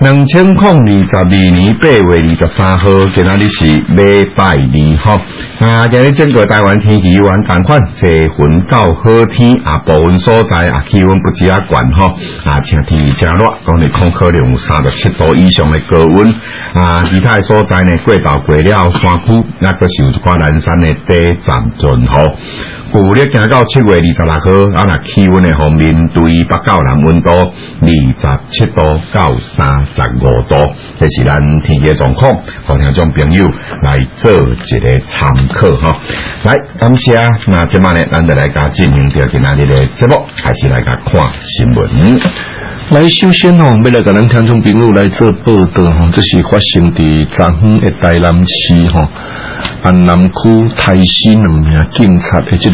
2022年8月23號，今仔日是禮拜二吼。今日整個台灣天氣完同款，齊雲到好天部分所在氣溫不止懸吼。晴天氣正熱，講你可能有37度以上的高溫。其他的所在呢，過道過了山區，那個是有一寡南山的短暫陣雨。舊曆行到7月26號，那氣溫的方面，對北到南溫度27度到35度，這是咱天氣狀況，和聽眾朋友來做一個參考哈。來，感謝。那這晚呢，咱就來甲進行到今仔日的節目，還是來甲看新聞。 來，首先要來甲咱聽眾朋友來做報道這是發生在昨昏的台南市安南區台西兩名警察的這個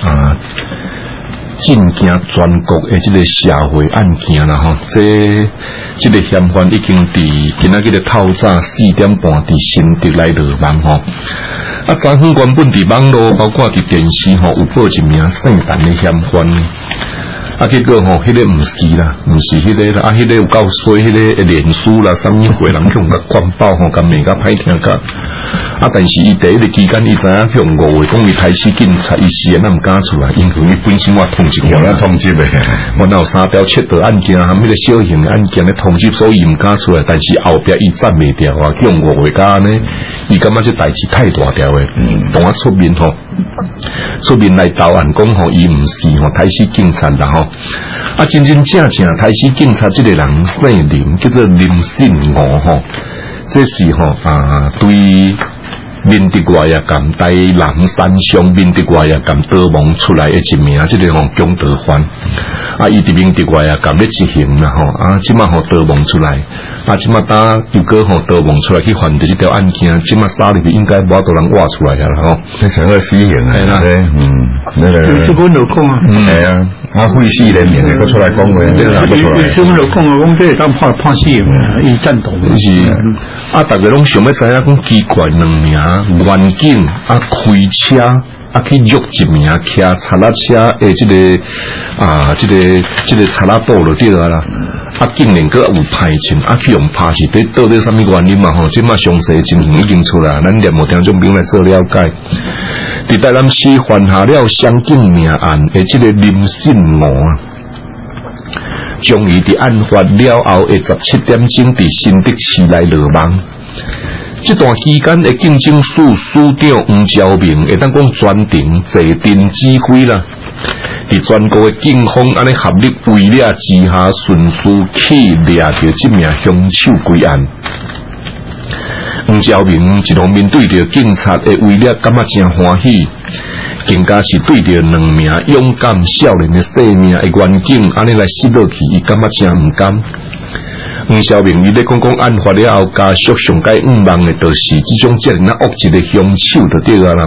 震驚全國的這個社會案件啦吼，這個嫌犯已經佇今仔日的透早4點半佇新竹來落網吼。昨昏原本佇網絡包括佇電視吼有報一名姓陳的嫌犯。結果迄個唔是啦，唔是迄個啦，迄個有夠衰，迄個臉書啦，啥物會人用甲灌爆吼，甲罵甲歹聽甲。但是伊第一個期間，伊知影向5位講伊台西警察，伊是咱唔敢出來，因為伊本身我通知過啦， 通知嘅。 我有3條切刀案件，迄個小型案件咧通知，所以伊唔敢出來。但是後壁伊站袂掉啊，向5位甲呢，伊感覺這代志太大條誒，當我出面吼，出面來投案講吼，伊唔是吼台西警察啦吼。真正台西警察這個人姓林，叫做林信吾吼，這是對面的外也咁台南山上面的外也咁逃亡出來的一名，這個強盜犯。伊佇面的外也咁咧執行啦吼，即馬逃亡出來，即馬打如果逃亡出來去犯的這條案件，即馬沙裡邊應該無多人挖出來啦吼。 你成個死刑啊？係啦， 這個老公啊， 係啊。廢死人命嘅，佢出來講嘅， 這個老公啊，講這當判死刑，伊贊同。 是大家攏想要知影講奇怪，兩名員警開車去約一名騎擦拉車誒，這個擦拉布就對啦。竟然閣有歹情，去用拍是對到底什麼原因嘛？吼，即馬詳細情形已經出來，咱連無聽眾朋友來做了解。佇台南市犯下了相近命案的這個林信吾將伊佇案發了後的17點鐘佇新竹市來落網。這段期間的警政署署長黃昭明會當講全程坐鎮指揮啦。伫全國的警方安尼合力圍獵之下，迅速去掠到這名兇手歸案。黃昭明一路面對着警察的圍獵，感覺真歡喜，更加是對着兩名勇敢少年的生命的員警安尼來失落去，伊感覺真唔甘。黃昭明伊咧講案發了後，家屬上該毋望的，就是這種遮爾惡質的兇手就對啊啦。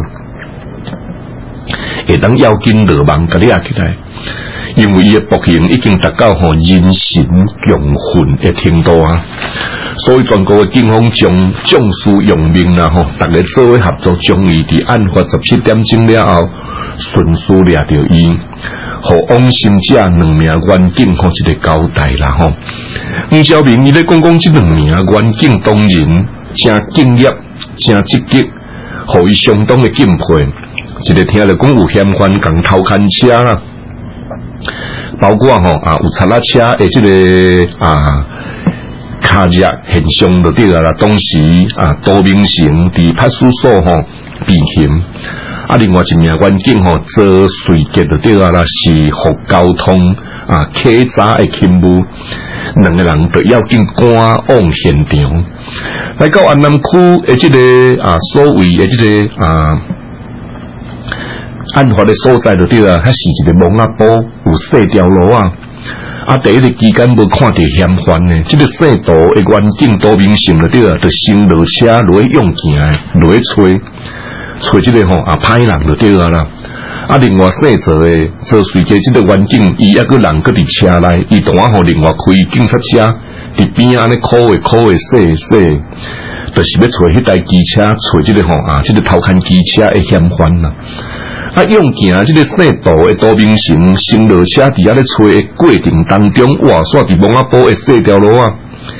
會當要緊落網甲你起來，因為伊的暴行已經達到人神共憤的程度啊！所以全國的警方將將士用命啦大家做伙合作，將伊佇案發17點鐘了後，迅速掠到伊，互往生者兩名員警一個交代啦黃昭明伊咧講這兩名員警當然真敬業、真積極，互伊相當的敬佩。一個聽了講有嫌犯共偷牽車啦，包括有擦拉車的這個卡入現象就對啦。當時杜明成佇派出所被嫌，另外一名員警做隨結就對啦，是服交通警察的勤務，兩個人就要緊趕往現場，來到安南區的這個所謂的這個案發的所在就對啦，還是一個蒙阿埔有細條路第一個期間無看到嫌犯呢，這個細道的員警杜明成就對啦，就先落車落去用行的，落去找這個歹人就對啦。另外細座的做隨機這個員警，伊一個人擱佇車內，伊當另外開警察車佇邊安尼考的細，就是要找迄台機車，找這個這個偷牽機車的嫌犯啦。用行這個細道的杜明成先落車，佇遐咧找的過程當中，哇，煞佇蒙阿埔的細條路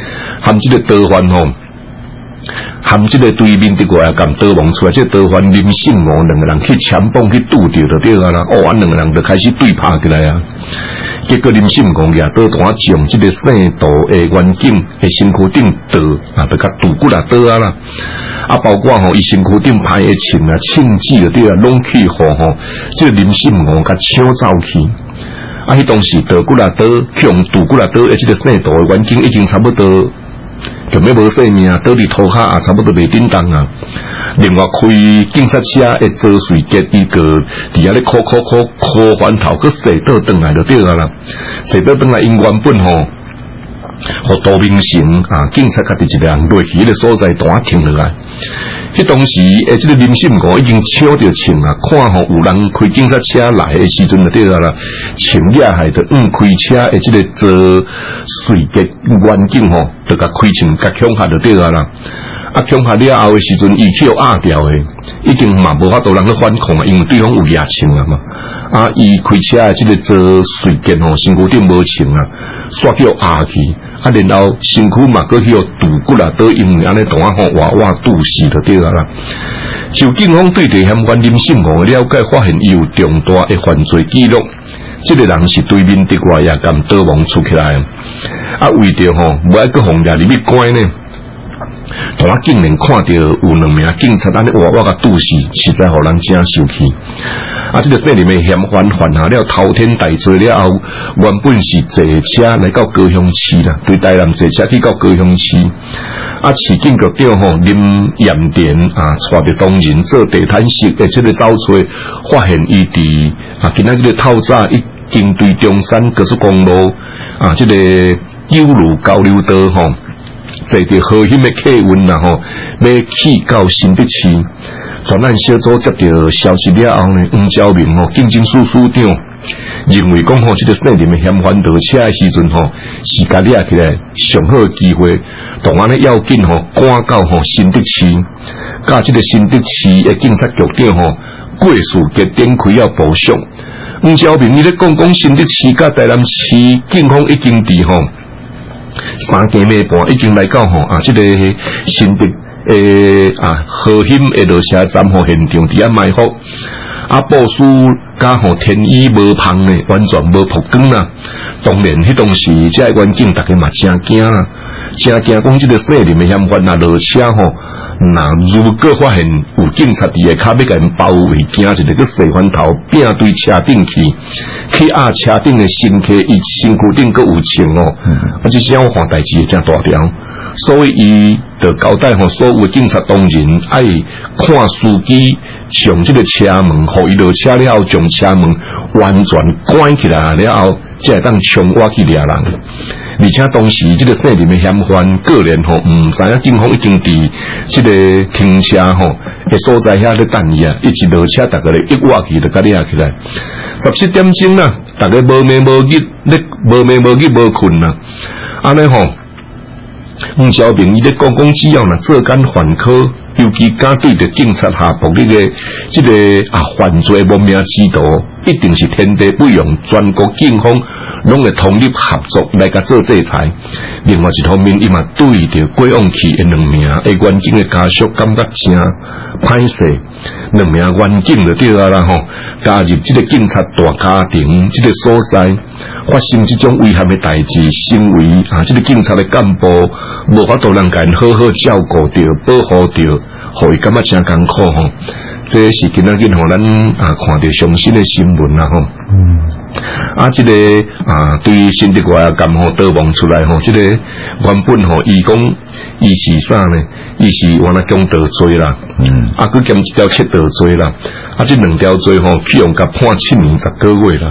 含这个德环吼。含这个对面的外咁刀王出来，这刀环林信武两个人去强蹦去拄着就对啦，两个人就开始对拍起来啊。结果林信武也刀单将这个姓杜的远景的身躯顶刀啊，就甲拄骨啦刀啊啦，包括伊身躯顶拍的枪啊、枪支就对啦，拢去吼，这个林信武甲抢走去。迄当时拄骨啦刀强拄骨啦刀的这个姓杜的远景已经差不多。就要无性命，倒伫涂骹啊，差不多袂叮当啊。另外开警察车的做水结伊个，伫遐咧靠翻头，佮射倒转来就对啊啦。射倒转来，因原本吼，互杜明成啊，警察家己一个人落去迄个所在，单停落来。迄当时即个林信武已经抢着枪啊，看吼有人开警察车来的时阵就对啦，枪也还着开车的即个做水结远景吼，就甲开枪甲抢下就对啦。抢下了后的时阵，伊去压掉的，已经嘛无法度人去反抗啊，因为对方有野枪啊嘛。伊开车的即个做水结吼，身躯顶无枪啊，煞叫压去。然后身躯嘛，佮迄个拄骨啦，都因为安尼同啊吼哇拄死就对啦。就警方对地嫌犯林信武的了解，发现伊有重大的犯罪记录。这个人是对面的外也甘刀王出起来，为着吼无爱佮红掠入去关呢。同我竟然看到有两名警察安尼哇甲拄死，实在互人真生气。这个姓林的嫌犯犯下了滔天大罪了后，原本是坐车来到高雄市啦，对台南坐车去到高雄市。市警局长吼林炎田带着当人做地毯式的这个走找，发现伊伫今仔日透早已经对中山高速公路这个九路交流道吼。坐着核心的客运啦吼，要去到新德市。专案小组接到消息了后呢，黄昭明吼，警政署署长认为讲吼，这个姓林的嫌犯倒车的时阵吼，时间掠起来上好的机会，同安尼要紧吼，赶到吼新德市，甲这个新德市的警察局长吼，过事给展开了部署。黄昭明伊咧讲新德市甲台南市警方已经伫吼。3更暝半已经来到吼这个新德核心的落车站吼现场伫遐埋伏，部署甲吼天衣无芳呢，完全无曝光啦。当然，迄当时这个环境大家嘛真惊啦，真惊讲这个姓林的嫌犯落车吼，如果发现有警察伫下骹要甲因包围，惊一个洗番头拼对车顶去压车顶的身躯，伊身躯顶阁有枪哦，这是样换代志会真大条，所以伊就交代吼所有警察同仁爱看司机上这个车门，互伊落车了后，将车门完全关起来了后，才会当冲我去掠人。而且当时这个姓林的嫌犯个人吼，唔知影警方已经伫这个停车吼的所在遐咧等伊啊，一直落车，大家咧一挖去就甲掠起来。17点钟啦，大家无眠无日，无困啦，安尼吼。黄昭明伊咧讲只要若做干犯科，尤其敢对着警察下仆你个这个犯罪亡命之徒，一定是天地不容，全国警方拢会通力合作来甲做制裁。另外一方面，伊嘛对着过往去的两名的冤警的家属感觉真歹势，两名冤警就对啦吼，加入这个警察大家庭这个所在，发生这种危险的代志，身为这个警察的干部，无法度让人好好照顾着、保护着，互伊感觉真艰苦吼。这是今仔日吼咱看到上新的新闻啦吼。这个对于新德外甘吼刀亡出来吼，这个原本吼伊讲伊是啥呢？伊是原来强盗罪啦，佮兼一条窃盗罪啦，这两条罪吼，去用甲判7年10个月啦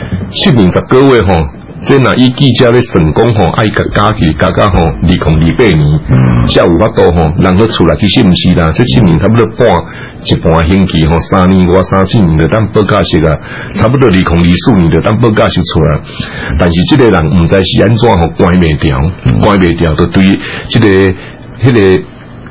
，7年10个月吼。这若以记者咧算讲吼，爱加去加吼2028年，才有法度吼，人去出来其实毋是啦，这7年差不多一半刑期吼，3年外3-4年就当报假释啊，差不多2024年就当报假释出来。但是这个人毋知是安怎吼关袂掉，就对这个迄个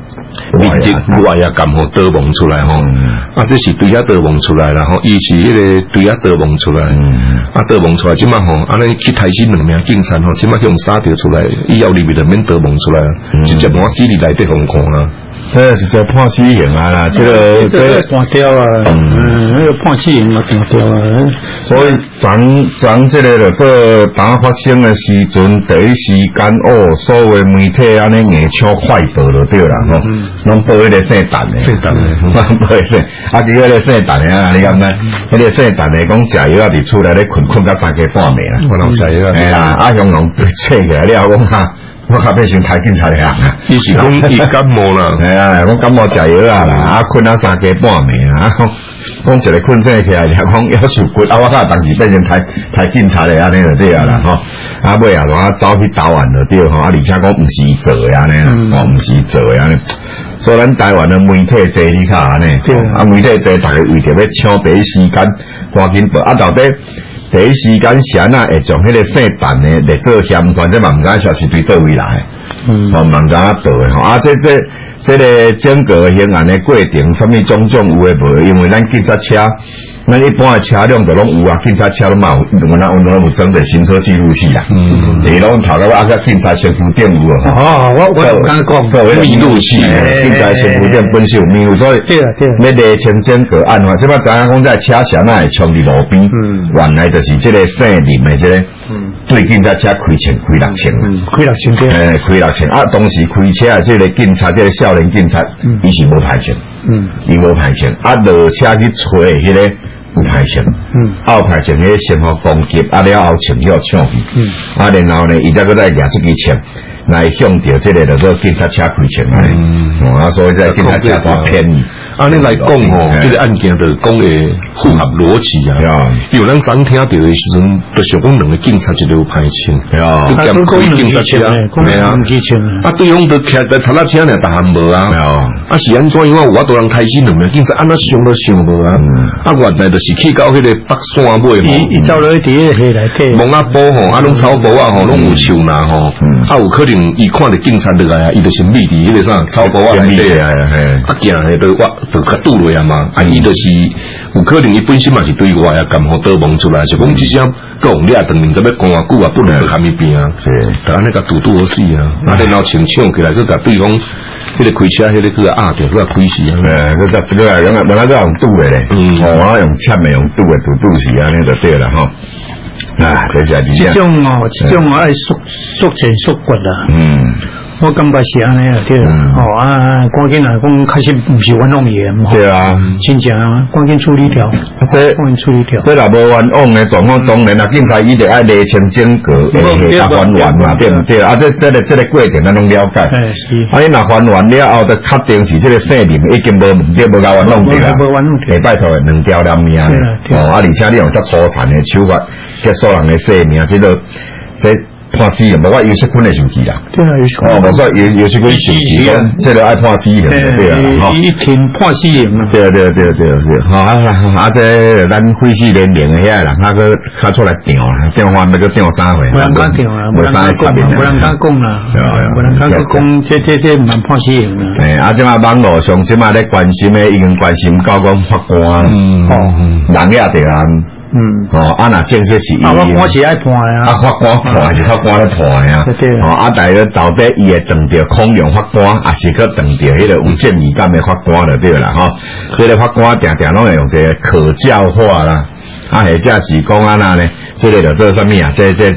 面积外也甘好倒蒙出来吼，啊，这是对啊倒蒙出来啦吼，伊是迄个对啊倒蒙出来，啊倒蒙出来，即马吼，安尼去抬死2名警察吼，即马向杀掉出来，以后里面就免倒蒙出来，直接往死里内底互看啦。 这是在判死刑啊啦，这个断掉啊，那个判死刑嘛断掉啊。 所以咱这个就做打发生的时阵，第一时间所有媒体安尼硬抢快报就对啦吼，拢报迄个姓陈的， 姓陈的， 报迄个，啊，结果迄个姓陈的啊，你感觉？迄个姓陈的讲食药啊，伫厝内咧困到3更半暝啦， 我老食药啊， 哎啦，啊，向龙切起来了，讲哈。我较变成台警察的啊！ 伊是讲伊感冒啦， 系啊，我感冒食药啊啦，啊困到3更半暝啊，讲一个困醒起来，讲要受骨啊，我较当时变成台警察的安尼就对啊啦吼，啊尾啊我走去投案就对吼，啊而且讲毋是做的安尼啦，毋是做的安尼，所以咱台湾的媒体坐去较安尼，啊媒体坐，大家为着要抢第一时间赶紧报，啊到底。第一时间谁啊会将迄个姓陈的来做嫌犯，这嘛毋知影消息对倒位来，嘛毋知影倒的吼。啊，这个整个刑案的过程，什么种种有诶无？因为咱警察车，咱一般的车辆就拢有啊，警察车拢嘛有，我们有装着行车记录器啦。伊拢头个啊个警察身份证有啊。我刚讲有密录器，警察身份证本身有密录，所以要厘清整个案发。即摆知影讲在车厢那会冲伫路边，原来就是这个姓林的这个，对警察车开6000， 开6000对， 开6000啊，当时开车的这个警察，这个少年警察，伊是无牌证，伊无牌证，啊，落车去找迄个有牌证，有牌证迄个先互攻击，啊了后穿了抢去，啊然后呢，伊再搁再拿这支枪来向着这个就做警察车开枪啊，所以这警察车多便宜。 安尼来讲吼，这个案件就讲诶符合逻辑啊。有咱常听到的时阵，就是讲2个警察一个有牌证，就兼开警察车，系啊。啊，对方都徛在头拉车呢，大汉无啊。啊是安怎？因为我都人开心2名警察，安那想都想无啊。啊，原来就是去到迄个北山尾吼， 伊走落去伫个下内底， 蒙阿波吼，啊拢草包啊吼，拢有树呐吼，啊有可能伊看着警察落来啊，伊就是秘伫迄个啥草包啊内底啊，啊行迄个我。就较拄落啊嘛，啊伊就是有可能伊本身嘛是对外啊，甘好倒蒙出来，是讲即声讲你啊，当年怎要讲啊久啊，不能去虾米边啊，就安尼甲拄好死啊，啊然后抢起来，去甲对方迄个开车迄个去压着，去甲开死啊， 这个啊，原来用拄的咧，我用签的用拄的拄死安尼就对了吼。啊，这种爱缩钱缩骨啦。我感觉是安尼啊，对啦，赶紧来讲，开始不是冤枉言， 对啊， 真正赶紧处理掉，赶紧处理掉。 这若无冤枉的状况，当然啦，警察伊得爱厘清整个下还原嘛，对不对？啊，这个过程咱拢了解。啊，你若还原了后，就确定是这个姓林已经无问题，无甲冤枉对啦。拜托2条人命啊，而且你用遮粗残的手法结束人的性命，这判死刑，无我有些困的受气啦。 对啊， 无说有些困受气，讲这个爱判死刑，对啊， 一天判死刑嘛。 对，好，这咱废死连连的遐人，他个他出来调啦，调完那个调3回。 无人敢调啦，无人敢讲啦，无人敢讲啦，无人敢讲，这唔判死刑啦。 啊，即马网络上即马咧关心的，已经关心到讲法官，人也对啊。啊那正式是法官是爱判的啊， 法官判是法官咧判的啊，啊，但是到底伊会当着控用法官，还是去当着迄个有正义感的法官就对啦吼。这个法官定拢会用这个可教化啦，啊，或者是讲啊那呢，这个就做什么啊？这个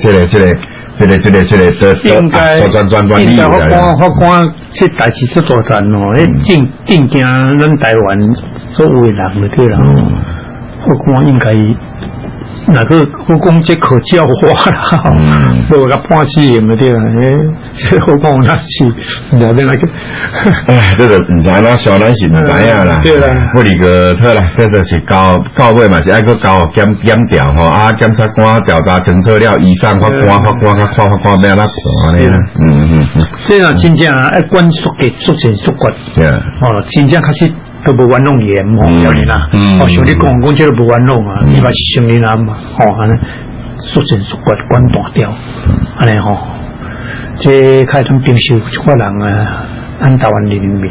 应该法官这代志出大战哦，正惊咱台湾所有的人就对啦，法官应该。那个我讲这可教化啦，无甲判死刑的对啦，这我讲那是，那边那个， 这个唔知啦，小男是唔知影啦， 对啦， 不离个特啦，这就是到尾嘛是爱个交检调吼，啊，检察官调查清楚了，以上法官甲法官要哪判呢？ 这样真正爱管缩钱缩骨，真正确实。都无冤枉言吼，晓得啦。像你讲这个无冤枉啊，伊嘛是成年人嘛，安尼缩钱缩骨管断掉，安尼吼，这开通平时一个人啊，按台湾人民。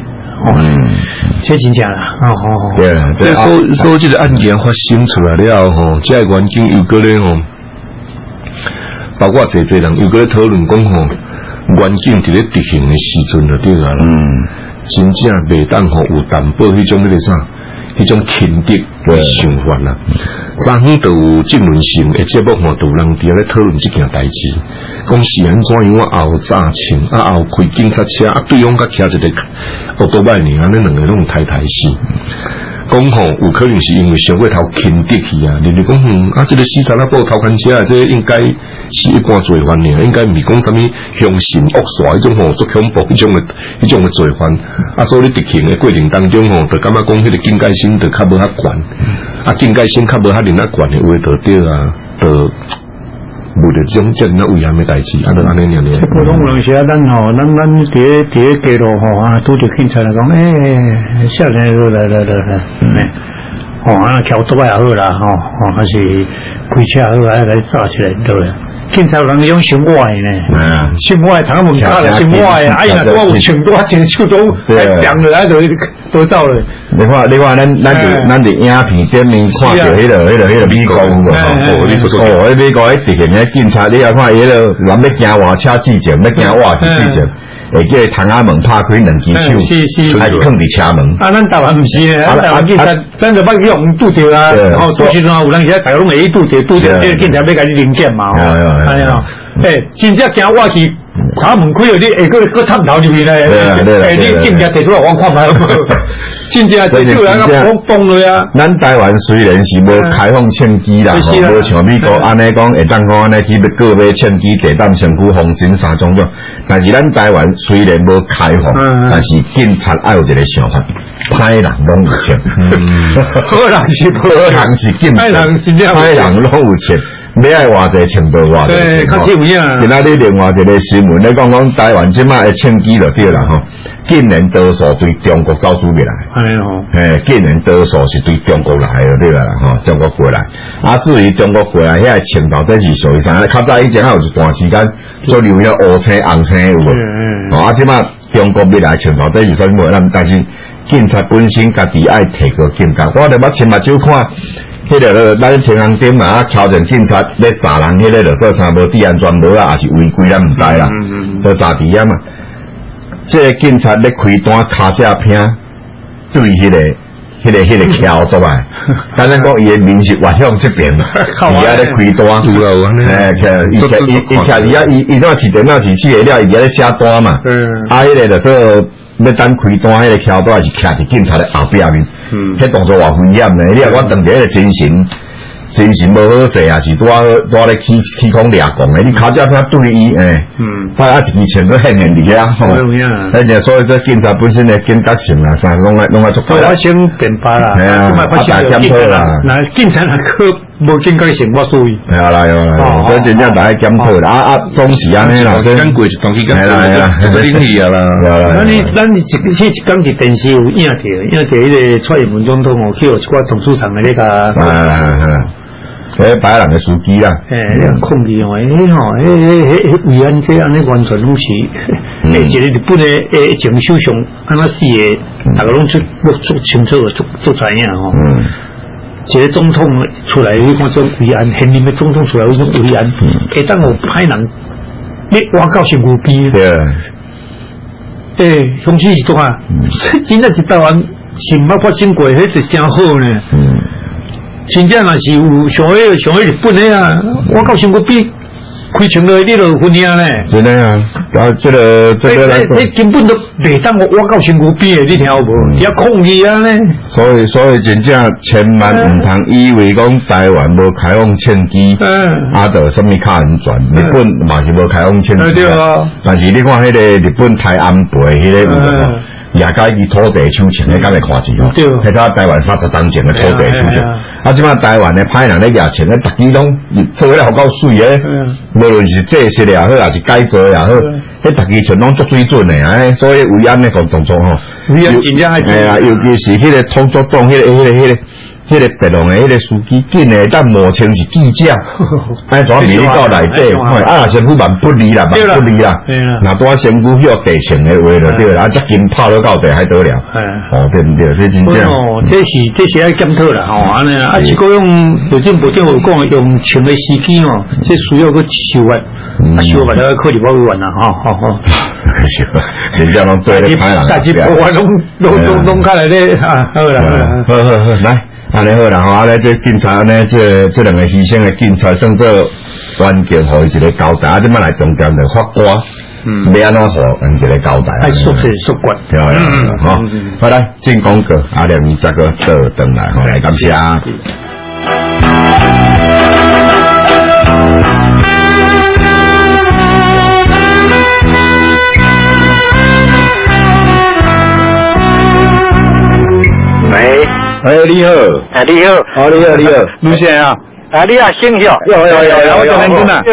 这真正啦， 对啊，所以这个案件发生出来了吼，这个环境有个咧吼，包括侪人有个咧讨论讲吼，环境伫咧执行的时阵就对啦，真正袂当吼有担保迄种迄个啥。迄种轻敌嘅想法啦，昨昏就有政论性嘅节目吼，就有人伫咧讨论这件代志，讲是安怎样后炸枪后开警察车对方甲骑一个奥多拜尼安尼两个拢太死。讲吼有可能是因为上过头轻敌去啊，你讲这个436部头牵车这应该是一般罪犯呢，应该唔是讲什么凶神恶煞迄种吼足恐怖迄种的罪犯，所以你执行的过程当中吼，就感觉讲迄个警戒心就较无遐悬，警戒心较无遐尔啊悬的话就对啊，就无着这种真啊危险的代志，就安尼样。 普通人时咱伫街路吼拄着警察来讲，少年来，桥多也好啦，还是开车好啊，来炸起来对啦。警察有人用心歪呢，心歪，他们卡了心歪啊！哎呀，多有枪多钱手都还掂了，都走了。 你看，咱伫影片顶面看到迄个美国迄美国迄执行的警察，你也看迄个人要行换车之前，要行换去之前。会叫窗仔门拍开两只手，还是放伫车门。 咱台湾唔是咧，咱台湾警察，咱就捌去互拄着啊。然后做时阵有人时大家拢会去拄着，这个警察要甲你临检嘛。哎呀，真正行我去，窗门开了，你下个探头入去咧。你警察提出来我看卖好无？真正这就人家崩了呀。 咱台湾虽然是无开放枪击啦，无像美国安尼讲会当讲安尼去购买枪击、地弹、身躯、风险3种种，但是咱台湾虽然无开放，但是警察爱有一个想法，歹人拢有枪， 好人是警察，歹人拢有枪。要爱偌济程度偌济， 对，确实有影。 今仔日另外一个新闻咧讲台湾即摆的枪击就对啦吼，竟然多数对中国走私过来，竟然多数是对中国来的对啦吼，中国过来。至于中国过来遐枪到底是属于啥？较早以前还有一段时间做留遐乌青、红青有无？即摆中国要来枪到底是啥物？但是警察本身家己爱提高警觉，我著捌亲目睭看。迄个咱天安顶嘛，敲阵警察咧查人，迄个就说啥无治安全无啊，还是违规咱唔知啦，都查伫遐嘛。这个警察咧开单卡车拼对迄个桥倒来，当然讲伊的面是滑向这边嘛，伊遐咧开单，伊徛伫遐，伊怎饲电脑饲起来了，伊伫遐咧写单嘛，迄个就说。要等开单，迄个桥都还是徛伫警察的后壁面，迄动作偌危险呢！你若我当着迄个精神无好势，也是多咧起空掠讲的，你卡车片对伊，发一支枪都现现伫遐，而且所以这警察本身的警觉性啊，啥拢爱足够。 我先变化啦， 大检讨啦， 那警察那个无警觉性，我属意。 有啦，这真正大家检讨啦，总是安尼啦， 跟过一段期间，不灵异啊啦。 咱一讲是电视有影着迄个蔡英文总统哦，去有一寡董事长的那个。 白人的司机啦， 控制哦，慰安这安尼完全拢是，一个日本的前首相安那死的，大家拢足清楚足知影吼。一个总统出来，你看说慰安，现任的总统出来，有种慰安，会当有歹人，你挖到身躯边。凶器是做啊，真正是台湾是毋捌发生过，迄是真好呢。真正若是有像迄日本的啊，我到身躯边开枪落，你就分兄呢。 真的啊，这个你根本都袂当我到身躯边的，你听有无？也抗议啊呢。所以真正千万唔通以为讲台湾无开放枪击，就什么卡安全，日本嘛是无开放枪击啊。但是你看迄个日本台安倍迄个有。也甲伊土地手枪的，敢会看起哦？迄早台湾30当前的土地手枪，即摆台湾的歹人咧抓枪，逐支拢做咧好够水诶，无论是制式也好，还是改造也好，迄逐支枪拢足水准诶，所以慰安的动作吼， 慰安真正尤其是迄个通作党，迄迄个别弄的迄个司机紧诶，但摸清是记者，安怎迷到内底？啊，身躯蛮不利啦，蛮不利啦。那多身躯要地形的话就对啦，啊，这金泡到到底还得了？哦，对不对？这真正哦，这是要检讨啦，吼，安尼啊，是个用有种无种讲用穿的司机哦，这需要个修法，修法了考虑不完啦，吼。 真正拢对咧， 但是不管拢开来咧啊，好啦， 来。安尼好啦，吼！咧这警察呢，这两个牺牲的警察，算做关键，互伊一个交代。啊，即摆来重点就法官，要安怎互因一个交代？ 爱缩骨， 对啊，好，好来进广告，阿亮你再个倒转来，好来感谢。 喂。 哎，你好！ 啊，你好！ 哦，你好， 卢先生啊，你好，姓肖？ 有，我叫明君啊！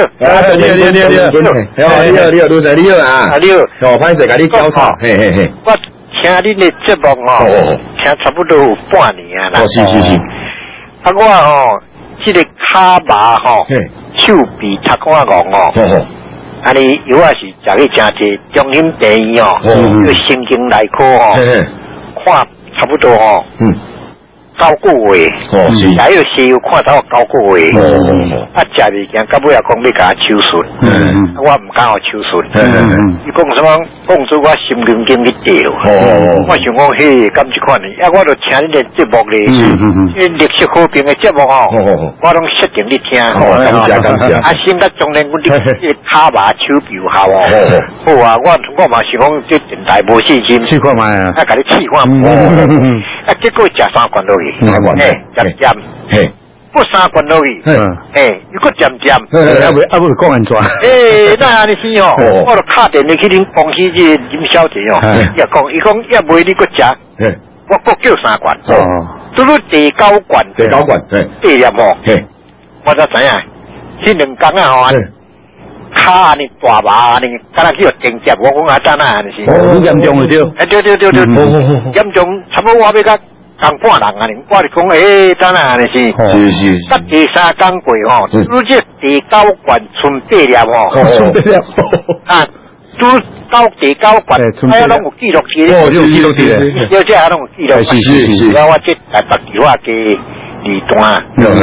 你好，卢生，你好啊！ 啊，你好！ 我歹势甲你交叉，嘿。 我听恁的节目听差不多有半年啊啦。 是。 啊，我这个骹麻手臂擦看戆啊，你有啊是食去真济中心病院个神经内科看差不多9个月，还有西药看到9个月，啊，食物件到尾也讲要甲手术，我唔敢手术，伊讲什么讲出我心灵经去掉，我想讲嘿，咁即款呢，啊，我就听恁个节目咧，历史和平的节目我拢设定你听， 感谢， 啊，新甲中年阮啲骹麻手臂有效好啊，我嘛是讲这电台无信心， 试看卖啊， 甲你试看，啊，结果食3罐落去。渐，不3罐落去，又搁渐， 不讲安怎？ 那安尼是我就打电话去恁公司这林小姐伊讲也袂你搁食，我搁叫3罐，拄拄第9罐，第粒我才知影，这2工啊骹安尼大麻安尼，敢若叫定接，我讲啊怎安尼是？ 好严重对， 对，严重，差不多我要甲。共半人啊！我就讲，怎安尼是？ 是。 到第3工过拄这第9罐剩8粒啊，拄到第9罐，哎呀，拢有记录起咧， 有记录起咧， 有这拢有记录。是。我这台北电话给二段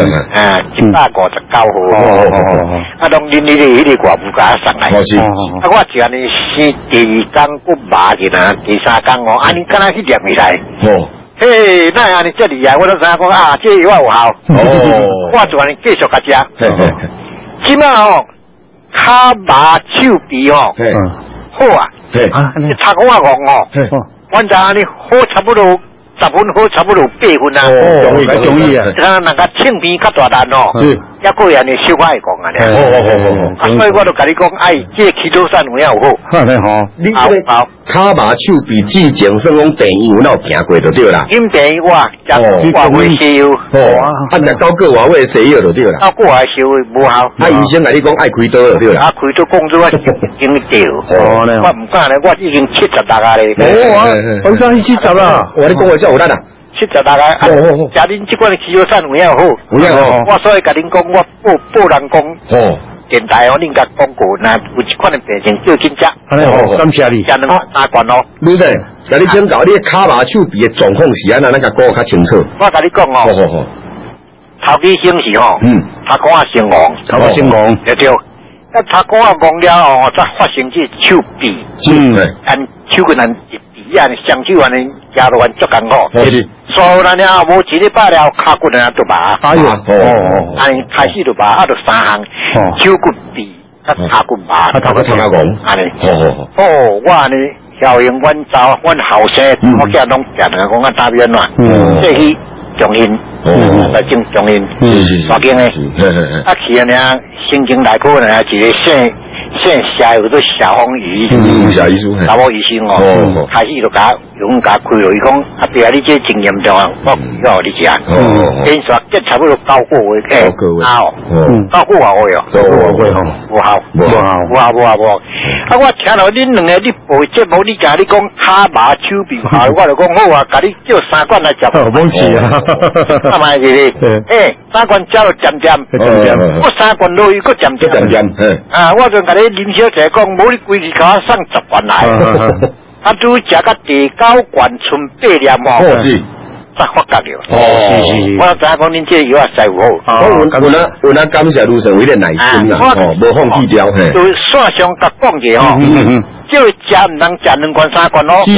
，159号，啊，拢恁迄个外母甲送来，啊，我就安尼先第2工搁麻去啦，第3工安尼敢若去念起来。嘿，那样你这里啊，我都知影讲啊，这药有效。我就安尼继续甲食。即摆骹麻手臂好啊，擦讲我戆阮就安尼好差不多10分好，差不多8分啊。 容易啊， 看那个青皮较大单也过安尼小可会讲啊所以我就甲你讲，这个气道散有影有好。 你这个骹麻手臂之前算讲病院有行过就对啦。 因病院我食外味西药， 啊食9个外味西药就对啦。 9个外西药无效。 啊医生甲你讲爱开刀就对啦。 啊开刀讲做我已经掉，我唔敢咧，我已经76啊咧。 我讲70啦， 我你讲话真有力啊。 76啊，食恁即款的气道散有影好。我所以甲恁讲，我报人讲。电台恁甲广告，那有一款的病情叫紧食。 感谢你。 食2罐咯。 女仔，甲你请教你骹麻手臂的状况是安怎，咱甲讲较清楚。 我甲你讲头几星是头壳先戆，对。啊，头壳戆了再发生这手臂，手跟人一比啊，双手安尼夹落安足艰苦。所以咱了无1礼拜了，骹骨啊就麻。 哎呦， 安尼开始就麻，啊就3项，手骨痹，甲骹骨麻， 头壳参加讲， 安尼。我安尼效应，阮后生，我家拢变啊，讲打边啦，这去中阴，来种中阴，大间诶，啊去安尼啊，神经内科呢一个现下有个小红鱼，查某医生开始就甲用甲开落，伊讲啊，别啊，你这经验重啊，我开好你食。跟说这差不多9个月嘅，啊，9个月哦，9个月吼，无效。啊，我听到恁两个你播节目，你讲你讲卡麻手臂好，我就讲好啊，甲你叫3罐来食。 冇事啊， 啊嘛是哩，3罐食到渐渐，我3罐落去，佫渐渐，啊，我就甲你林小姐讲，冇你规日甲我送10罐来。啊，拄食到第9罐剩8粒哦，才发觉了。是，我知影讲恁这药啊使有好， 我那感谢卢神有点耐心啦，无放弃掉。 就线上甲讲者吼，叫食唔通食2罐3罐咯。是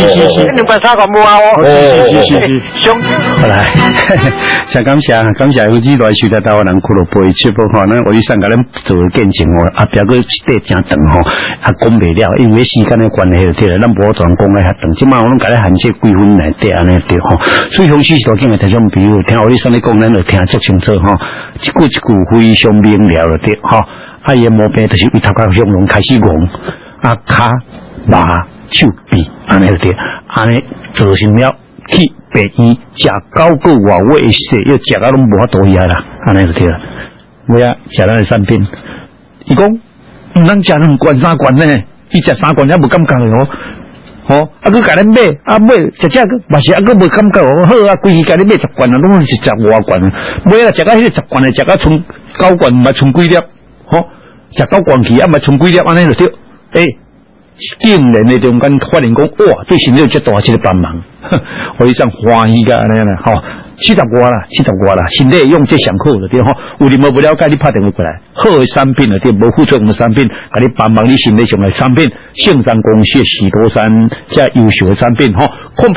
，2罐3罐无啊哦。是。 好来，真感谢有几代收到台湾人俱乐部的节目吼，咱我哋上甲咱做见证哦，啊，别个一块真长吼，啊讲袂了，因为时间的关系对了，咱无全讲来遐长，即马我拢甲你限制几分内底安尼对吼。所以详细是多见的听众朋友，听我哋上咧讲，咱就听足清楚吼，一句非常明了了对吼。啊，伊毛病就是为头壳向拢开始戆，啊，骹麻手臂安尼对，安尼造成了去病院食9个月的食，要食到拢无法度遐啦，安尼就对啦。我呀食咱的产品，伊讲毋通食2罐3罐呢，伊食3罐也无感觉哦。吼，啊，佮甲咱买，啊买，食嘛是啊，佮无感觉哦。好啊，规日甲你买10罐啊，拢是食5罐，买啊食到迄个10罐的，食到剩9罐，毋系剩几粒，吼，食9罐去啊，毋系剩几粒，安尼就对，竟然ใน中间发现讲，哇，对身体有这大一个帮忙，我一上欢喜个安尼啦，吼，70外啦，身体用这上好了对吼，有你无不了解，你拍电话过来，好的产品了对，无副作用的产品，甲你帮忙你身体上的产品，圣山公司许多山这优秀的产品吼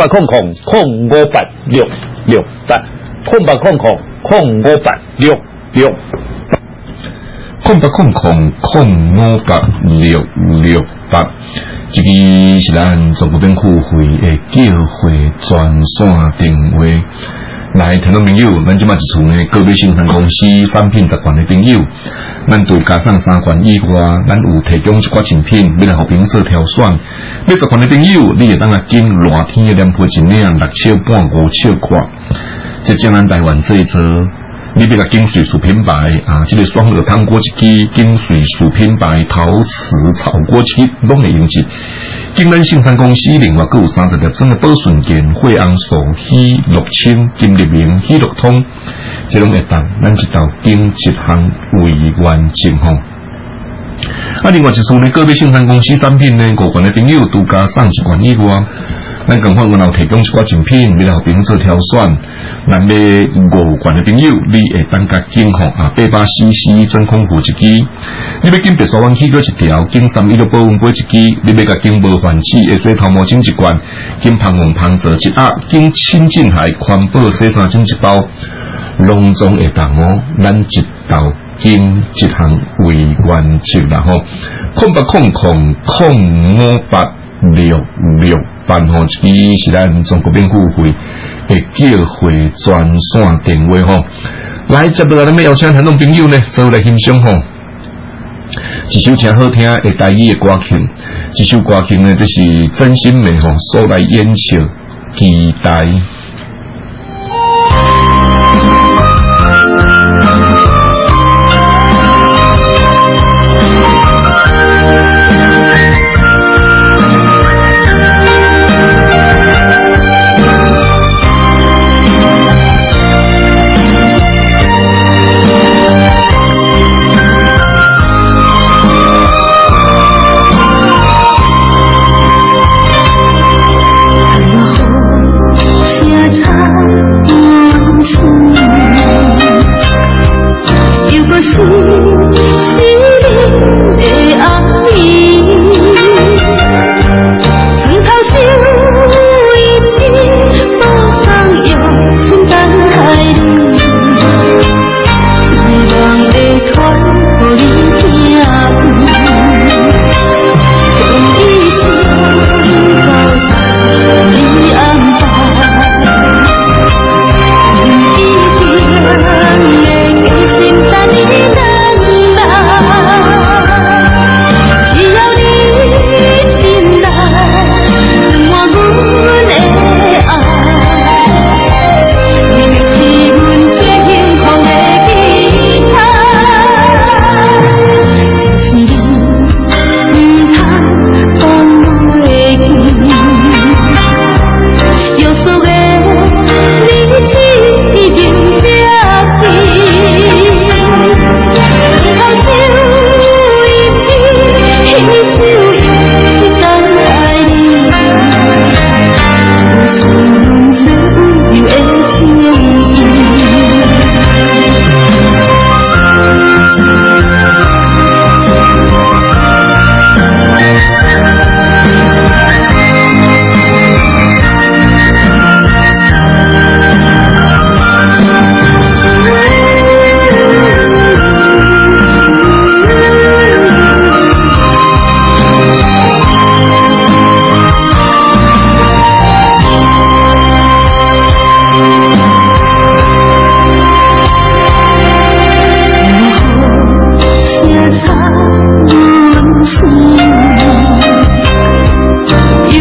，0800-668，0800-068，这个是咱中国边付费的叫会专线电话。来，听众朋友，咱即马一厝呢，个别生产公司产品10罐的朋友，咱对加上3罐以外，咱有提供一寡赠品，要来互朋友做挑选。要10罐的朋友，你会当来拣热天的凉皮一领6尺半5尺宽，这将咱台湾这一车。你别个金水素品牌啊，这个双耳汤锅一支，金水素品牌陶瓷炒锅一支，拢会用起。金咱生产公司另外各有30粒装的保顺健、惠安素、喜乐清、金立明、喜乐通，这拢会当咱一道经一项为完成吼。啊，另外一处呢，个别生产公司产品呢，5罐的朋友独家送1罐以外。咱共款我有提供一寡赠品，要互朋友做挑选。咱买5罐的朋友，你会当甲金吼啊800cc 真空壶一支。你要金别墅湾起过一条，金316保温杯一支。你要甲金无换气会洗头毛巾1罐，金芳红芳泽1盒，金清净海环保洗衫巾1包，拢总会当哦。咱一道金一项为完成啦吼。0800-058-668吼，这是咱中国免付费的叫会专线电话吼。来，接落来咱要邀请听众朋友呢，做来欣赏吼，一首真好听的台语的歌曲。这首歌曲呢，这是真心美吼所来演唱期待。 想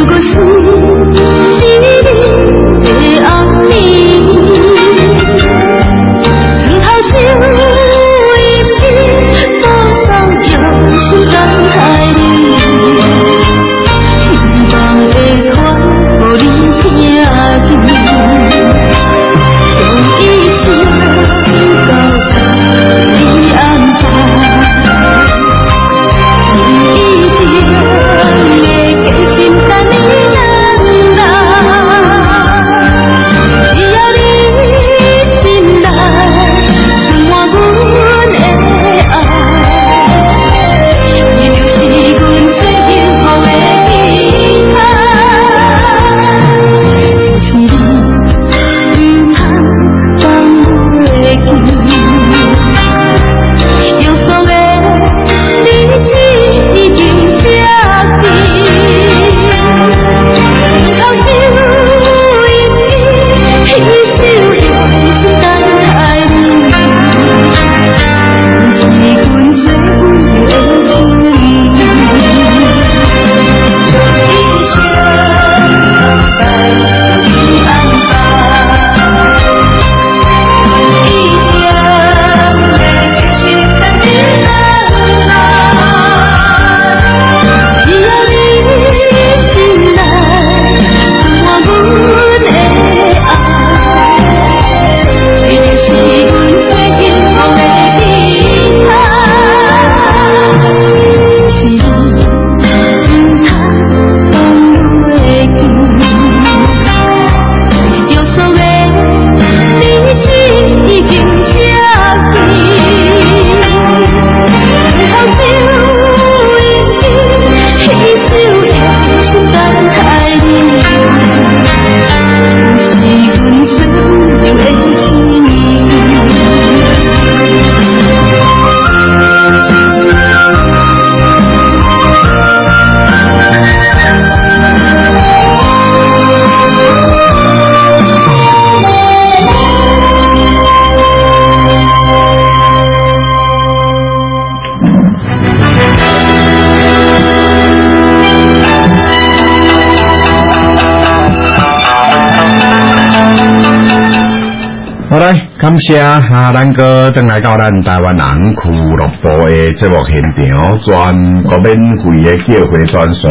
感谢咱哥登来到咱台湾人俱乐部的节目现场，全国免费的叫回专线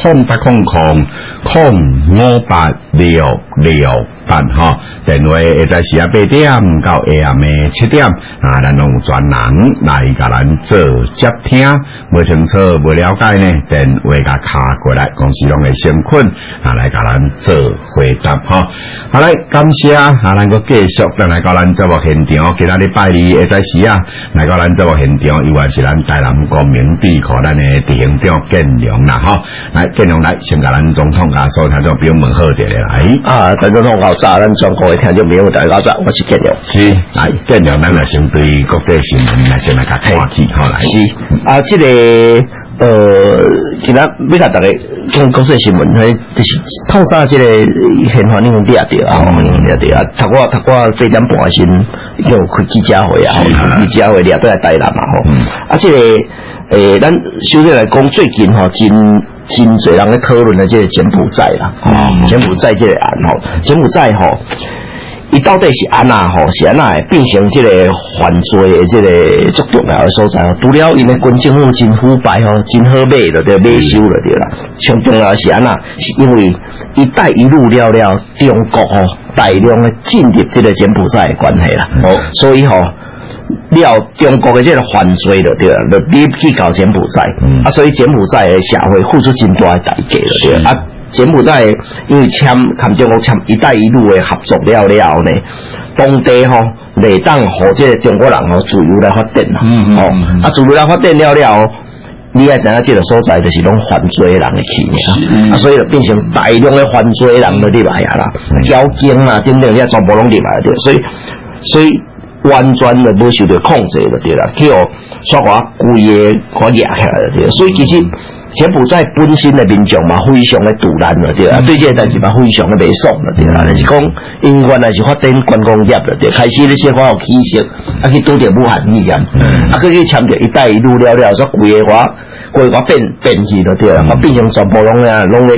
080586668哈，电话会在时8點到下暗的7點咱攏有專人來甲咱做接聽，無清楚無了解呢，電話甲卡過來，公司攏會先困來甲咱做回答哈。好來，感謝咱個繼續登來到咱節目現場，今仔日拜二會在時來到咱節目現場，以外是咱台南國民地區咱的地形長建良啦哈，來建良來先甲咱總統甲所有聽眾朋友問好一下來大總統好。咱全國嘅聽眾朋友大家好，我是建良。 是，來建良，咱來先對國際新聞來先來甲看起，好來。 是這個今仔要甲大家講國際新聞，就是透早這個憲法已經抓到啊，讀我8點半先有開記者會啊，記者會抓倒來台南啊，這個咱首先來講最近真濟人咧討論的這個柬埔寨啦，柬埔寨這個案柬埔寨伊到底是安那是安那變成這個犯罪的這個足重要的所在除了因的軍政府真腐敗真好買了對，買收了對啦，上重要是安那，是因為一帶一路了中國大量的進入這個柬埔寨的關係啦，所以了中國的這個犯罪了對啦，就你去搞柬埔寨，所以柬埔寨的社會付出真大的代價了對啊。柬埔寨因為跟中國簽一帶一路的合作了呢，當地未當和這個中國人自由來發展自由來發展了，你也知影這個所在就是攏犯罪人的起名所以就變成大量的犯罪人就入來啦，交警啊等等，這全部攏入來對，所以完全就無受到控制就對啦，去煞我規個壓起來就對，所以其實。柬埔寨本身的民眾嘛，非常的堵攔了對啦，對這個代志嘛，非常的袂爽了對啦。就是講，因原來是發展觀光業了對，開始咧先發有起色，去拄着武漢肺炎，去簽着一帶一路了，所規個變去了對啦，變成全部攏咧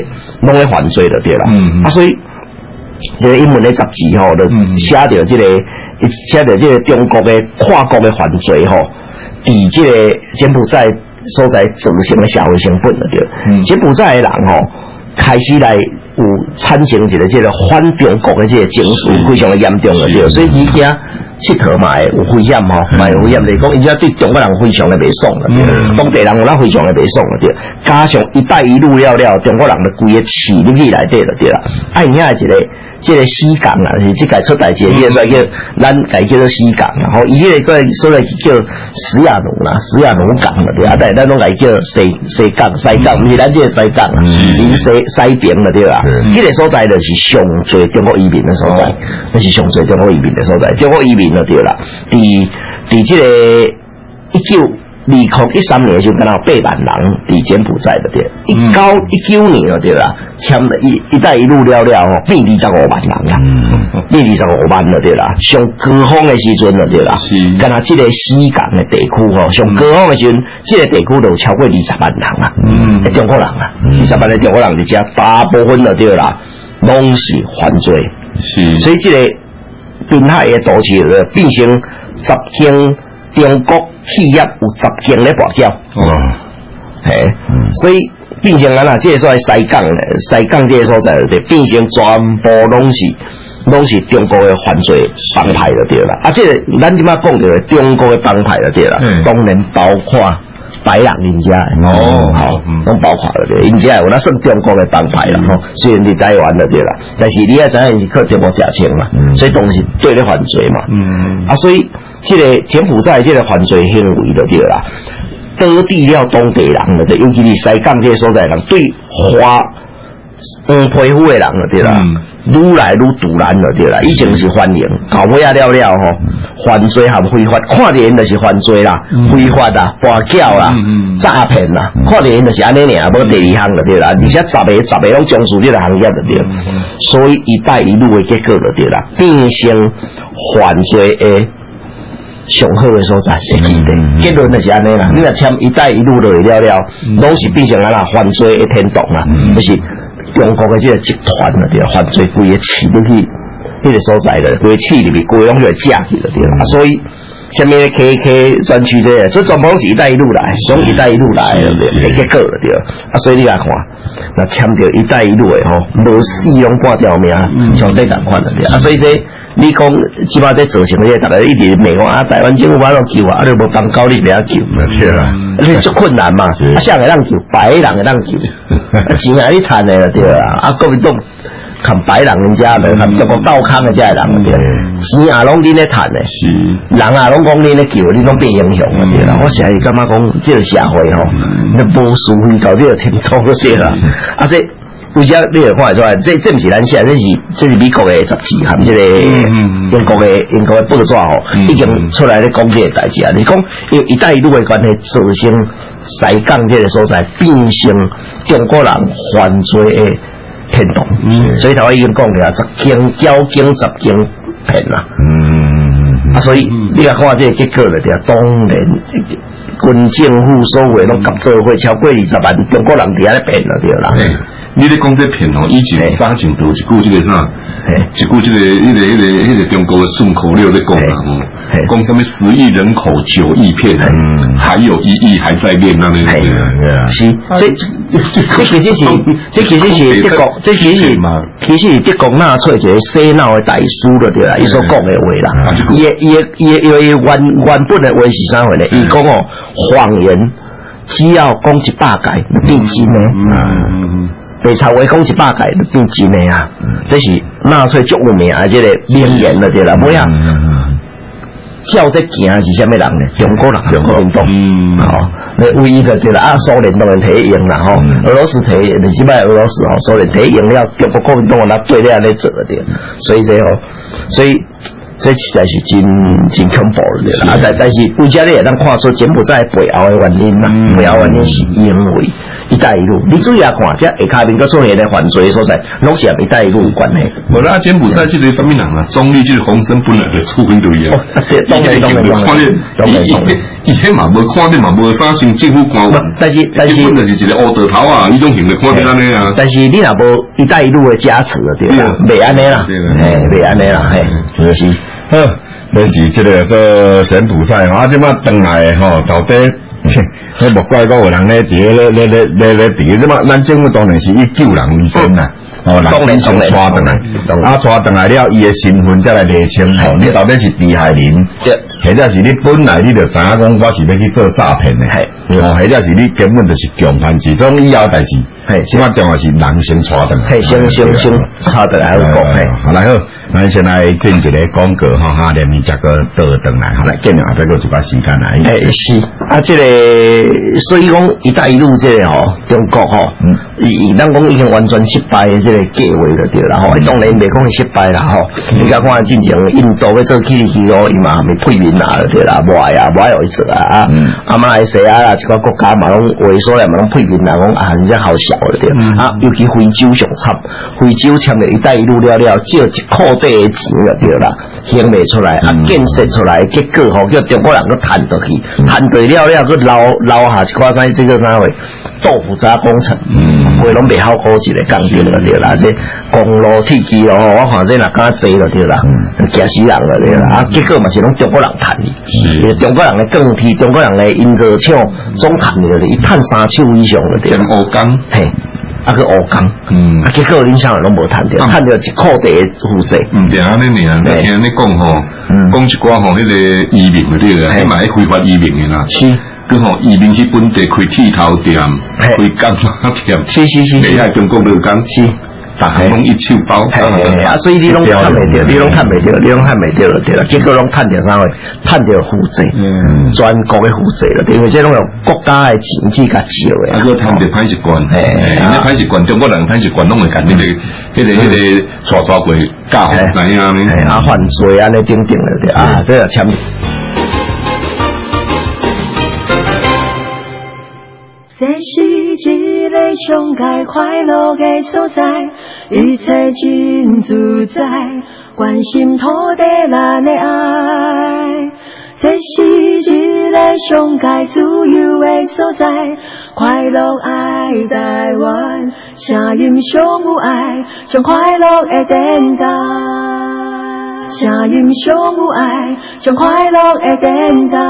拢咧犯罪就对啦。所以这个英文的杂志吼，就写着这个中国的跨国的犯罪吼，伫这个柬埔寨所在造成的社会成本就对。柬埔寨的人吼，开始来有产生一个这个反中国的这个情绪非常的严重了对。所以伊遐佚佗嘛会有危险吼，嘛有危险就是讲，伊遐对中国人非常的袂爽了对。当地人有咱非常的袂爽了对。加上一带一路了，中国人就规个市入去内底了对啦。因遐一个。这个西港啊，是即个出代志，伊所以叫咱改叫做西港，然后伊迄个所谓叫石亚奴啦，石亚奴港了对啊，但咱拢改叫西港，毋是咱这个西港啊，是西边了对啦。迄个所在就是上侪中国移民的所在，那是上侪中国移民的所在，中国移民了对啦。伫这个1913年就敢若8万人伫柬埔寨的对，1919年了对啦，签了一带一路了吼，变25万人啦，变25万了对啦，上高峰的时阵了对啦，敢若这个西港的地区吼，上高峰的时阵，这个地区都有超过20万人啊，中国人啊，20万的中国人伫遮，大部分了对啦，拢是犯罪，所以这个滨海的都市变成10间中国企业有10间咧跋筊，所以变成啊，这个所在西港这个所在就变成全部拢是中国的犯罪帮派就对啦。这个咱即马讲到中国的帮派就对啦，当然包括白人人家好，拢包括了对，人家有那算中国的帮派啦，虽然伫台湾了对啦，但是你也知影是靠中国假钱嘛，所以当时对咧犯罪嘛，所以这个柬埔寨这个犯罪行为就对啦，得罪了当地人了对，尤其是西港这个所在人对皮肤的人了对啦，愈来愈突然了对啦，以前是欢迎，到尾啊了吼，犯罪含非法，看着因就是犯罪啦，非法啦，跋筊啦，诈骗啦，看着因就是安尼尔，无第二项了对啦，而且十个拢从事这个行业了对，所以一带一路的结果了对啦，变成犯罪的上好的所在，结论就是安尼啦。你若签一带一路落来了，拢是变成啊犯罪的天堂啦，就是中国的这个集团了对，犯罪规个市入去迄个所在的，规个市里面规个拢去架去了对啦。所以下面的 KK 专区这全部是一带一路来，从一带一路来了对，结果了对。所以你来看，那签着一带一路的吼，无死拢半条命，像这共款了对。所以这你讲即摆在造成个，大家一直骂讲台湾政府要救啊，你无帮高你不要救， 是啦， 你足困难嘛，啥个人救，白人个人救，钱啊你赚的了对啦，国民党看白人人家的，看中国倒坑的这人对，钱啊拢恁咧赚的，人啊拢讲恁咧救，你拢变英雄了对啦，我实在是感觉讲这个社会吼，你无输回到这个程度对啦，这。为啥你会看得出来？这不是咱写，这是美国的杂志含这个英国的报纸吼，已经出来咧讲这个代志啊。你讲因为一带一路的关系，造成西港这个所在变成中国人犯罪的天堂。所以头已经讲了，10间交警10间骗啦。所以你来看这个结果了，对啊，当然。军政府所有拢合作会超过20万中国人伫遐咧骗了对啦。 你咧讲这骗哦，以前早前有一句这个啥，一句这个迄个中国的顺口溜咧讲啦吼，讲什么10亿人口9亿骗，还有1亿还在练那个。 是，这其实是德国，这其实是德国纳粹一个洗脑的大师了对啦，伊所讲的话啦。伊原本的话是啥话呢？伊讲哦，谎言只要讲100改就变真的。白茶话讲100改就变真的啊！这是纳粹足有名的这个名言了对啦，不呀？照这行是啥物人呢？中国人，中国民党，那唯一的对啦，苏联当然摕赢啦吼，俄罗斯摕，你即摆俄罗斯吼，苏联摕赢了，中国国民党那对咧安尼做对，所以这吼，所以这实在是真恐怖了对啦。但是为啥你会当看出柬埔寨背后的原因啦？背后原因是一带一路，你注意啊看，这下骹面个出现的犯罪所在，拢是和一带一路有关系。 无啦，柬埔寨这个什么人啊？总理就是洪森本来就出分对啊。 当然， 以前嘛无看到嘛无啥像政府官员， 但是根本就是一个乌头头啊，伊种型的看到安尼啊。 但是你若无一带一路的加持对啦，袂安尼啦，袂安尼啦，嘿，是。 好，这是这个柬埔寨啊，即摆回来吼，到底，迄莫怪讲有人咧伫即摆，咱政府当然是以救人为先啦。哦，人先抓回来，抓回来了，伊的身份再来厘清。哦，你到底是被害人，或者是你本来你就知影讲我是要去做诈骗的，哦，或者是你根本就是共犯，这种以后代志，起码重要是人先抓回来， 先抓回来还有讲， 好来好，咱先来进一个广告哈，连面这个倒转来，好来，今日后再过一段时间来。 是啊，这个所以讲一带一路这个吼，中国吼，咱讲已经完全失败的这个计划就对啦吼，当然袂讲失败啦吼，你甲看进前印度要做起咯，伊嘛未配面啦对啦，无爱会做啊，马来西亚啦一个国家嘛拢萎缩啦，嘛拢配面啦，讲啊，人家好小了对，尤其非洲上惨，非洲签了一带一路了，借一块地的钱了对啦，行袂出来，建设出来，结果吼叫中国人去赚倒去，赚倒了，去捞下一寡啥这个啥话豆腐渣工程，规拢袂好好一个工程了对啦，这公路铁基咯，我看这若敢济了对啦，惊死人了对啦，结果嘛是拢中国人赚的，中国人的耕地，中国人的因造厂总赚的，伊赚3手以上了对啦， 乌工嘿。个乌工，结果恁啥人拢无趁着，趁着一块地的负债。 对安尼尔，听你讲吼，讲一寡吼，迄个移民的对个，迄嘛迄非法移民的啦。是，佮吼移民去本地开剃头店，开干妈店，是，袂爱中国落工，是，大家拢一手包。 所以你拢趁袂着，你拢趁袂着了，对啦。结果拢趁着啥货？趁着负债，全国的负债了，因为这拢有国家的钱去甲借的。 个趁着歹习惯，因为歹习惯，中国人歹习惯拢会干迄个刷过教知影呢。 犯罪安尼等等了对啊，这个签。 这是一个上界快乐的所在，一切真自在，关心土地咱的爱。这是一个上界自由的所在，快乐爱台湾，声音上有爱，上快乐的电台。声音上有爱，上快乐的电台。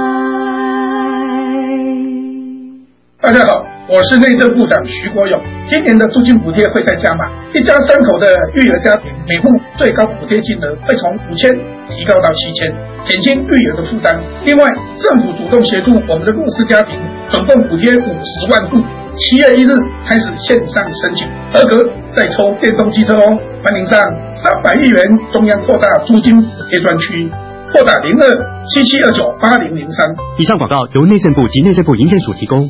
大家好，我是内政部长徐国勇。今年的租金补贴会再加码，一家3口的育儿家庭每户最高补贴金额会从5000提高到7000，减轻育儿的负担。另外，政府主动协助我们的弱势家庭，总共补贴50万户。7月1日开始线上申请，合格再抽电动机车哦。欢迎上300亿元中央扩大租金补贴专区，拨打0277298003。 以上广告由内政部及内政部营建署提供。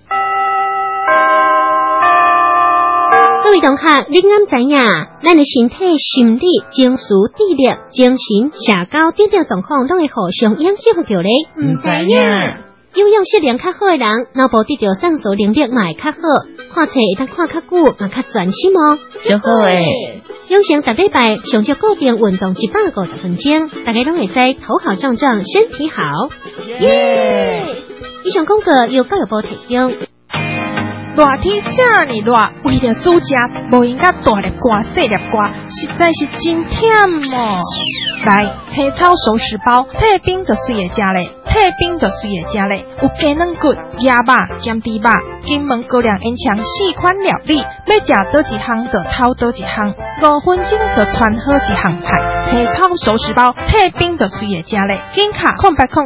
各位同学，你敢知影？咱的身体、心理、情绪、智力、精神、社交等等状况，拢会互相影响着咧。 唔知影。 有氧适量较好的人，脑部得到上述能力嘛会较好，看册会当看较久，嘛较专心哦。 真好诶！ 养成逐礼拜上少固定运动150分钟，大家拢会使头好壮壮，身体好。耶！以上广告由教育部提供。 热天这么热，为了煮食，无应该大粒瓜、小粒瓜，实在是真忝哦。来，青草熟食包，退冰就水会食咧，退冰就水会食咧，有鸡软骨、鸭肉、咸猪肉、金门高粱烟肠4款料理，要食倒一项就偷倒一项，5分钟就穿好一项菜。青草熟食包，退冰就水会食咧，紧卡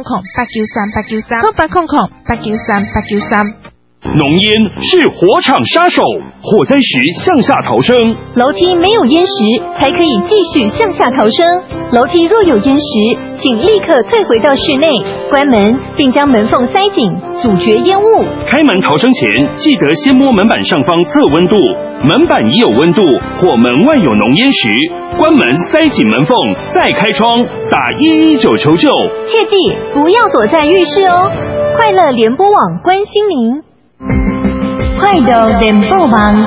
0800893893，0800893893。 浓烟是火场杀手，火灾时向下逃生。 楼梯没有烟时，才可以继续向下逃生。楼梯若有烟时，请立刻退回到室内，关门并将门缝塞紧，阻绝烟雾。 开门逃生前，记得先摸门板上方测温度，门板已有温度或门外有浓烟时，关门塞紧门缝，再开窗，打119求救。 切记不要躲在浴室哦。快乐联播网关心您。 快乐联播网，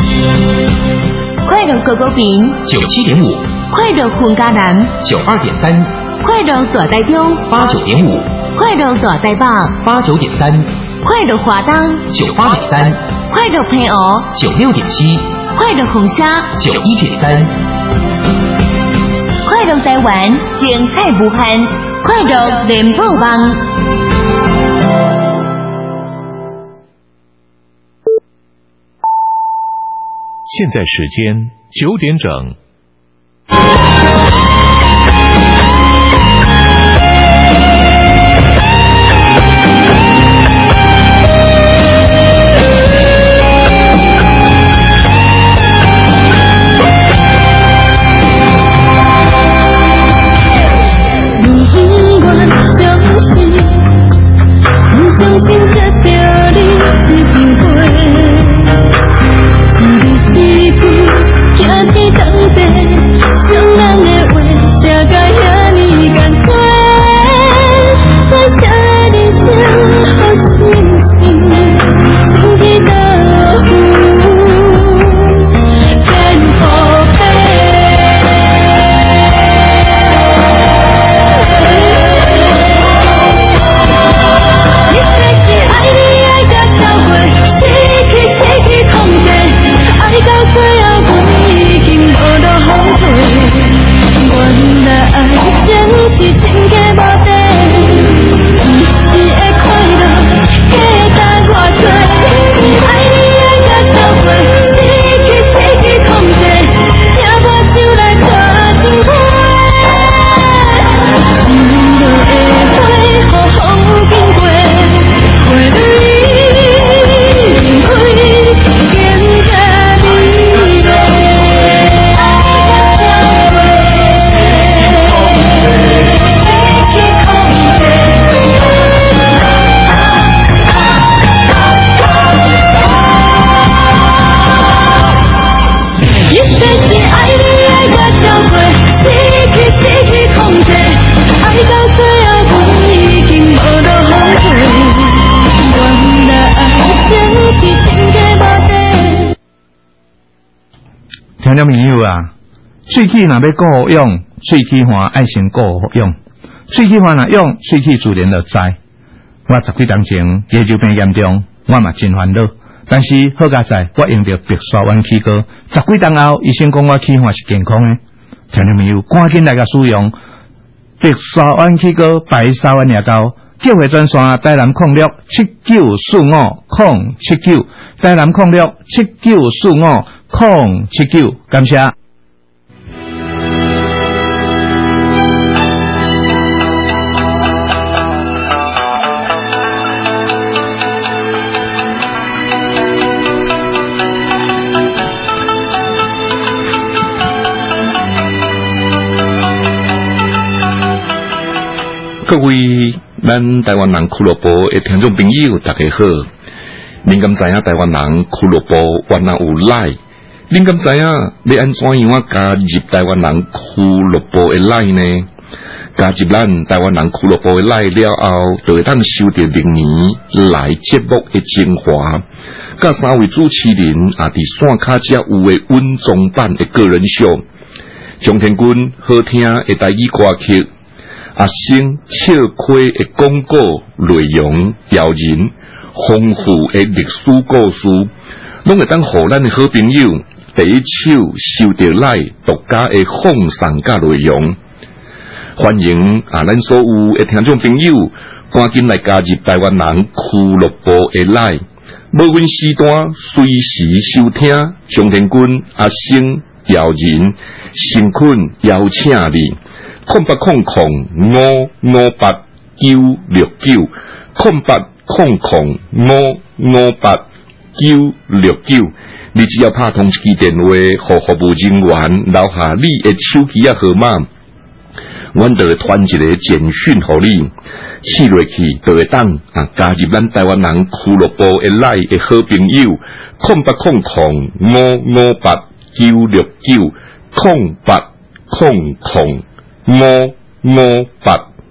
快乐狗狗饼 97.5， 快乐混家南 92.3， 快乐大台中 89.5， 快乐大台北 89.3， 快乐华东 98.3， 快乐平湖 96.7， 快乐红沙 91.3， 快乐台湾精彩无限，快乐联播网。 现在时间9点整。 你永远相信，不相信得到你这边过。一句行天当地，伤人的话写甲遐尼艰苦，我写的人生好清醒，情去倒变可悲。一开始爱你爱甲超过，失去控制。爱到最后，我已经无路后退。原来爱情是真假无底，一时的快乐假等偌多。爱你爱甲超过，失去控制，听我手来看情花。心落的花，好风经过，花蕊盛开，变假。一开始爱你爱甲超过，失去控制，爱到最后我已经无路后退。原来爱情是真假无底。 听众朋友啊，喙齿若要顾好用，喙齿花爱先顾好用。喙齿花若用，喙齿自然就知。我10几年前牙周病严重，我嘛真烦恼。但是好佳在，我用着白沙湾齿膏，10几年后，医生讲我齿花是健康的。听众朋友，赶紧来甲使用白沙湾齿膏、白沙湾牙膏，叫回专线台南0679450079，台南0679450079，感谢。 各位咱台湾人俱乐部的听众朋友，大家好！恁敢知影台湾人俱乐部原来有赖？恁敢知影要安怎样加入台湾人俱乐部的赖呢？加入咱台湾人俱乐部的赖了后，就会当收到明年来节目的精华，甲3位主持人也伫线卡只有的稳中版的个人秀，张天军好听的台语歌曲。阿星笑亏的广告内容诱人，丰富的历史故事，拢会当互咱的好朋友第一手收到来独家的放送甲内容。欢迎咱所有的听众朋友，赶紧来加入台湾人俱乐部的来，无阮时段随时收听张天军、阿星、诱人、新坤邀请你。0800-558-969，0800-558-969，你只要拍通一支电话，互服务人员留下你的手机号码，阮就会传一个简讯互你，试落去就会当加入咱台湾人俱乐部的来的好朋友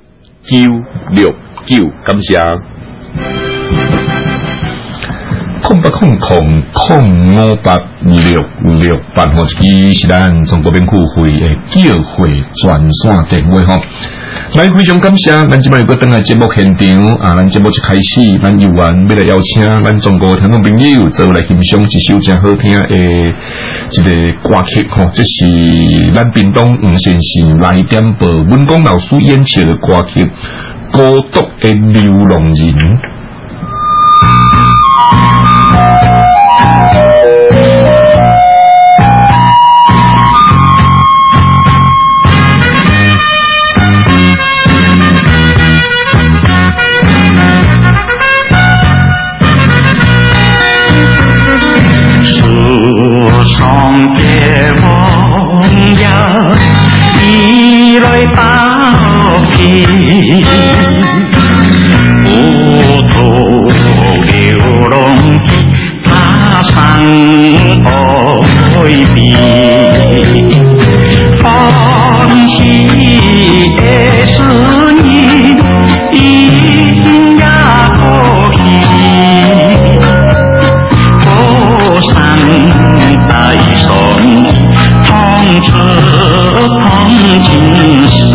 ，0800-558-969，0800-558-969，感谢。 08005668吼，这是咱中国辩护会的叫会专线电话吼。来，非常感谢，咱即摆又搁登来节目现场啊！咱节目一开始，咱有缘要来邀请咱中国听众朋友做来欣赏一首真好听的一个歌曲吼，这是咱屏东黄先生来点报文光老师演唱的歌曲《孤独的流浪人》。 树上的风呀，一来到去，孤独流浪的他山海边，欢喜的是你已经呀过去。山大松，从此同情事。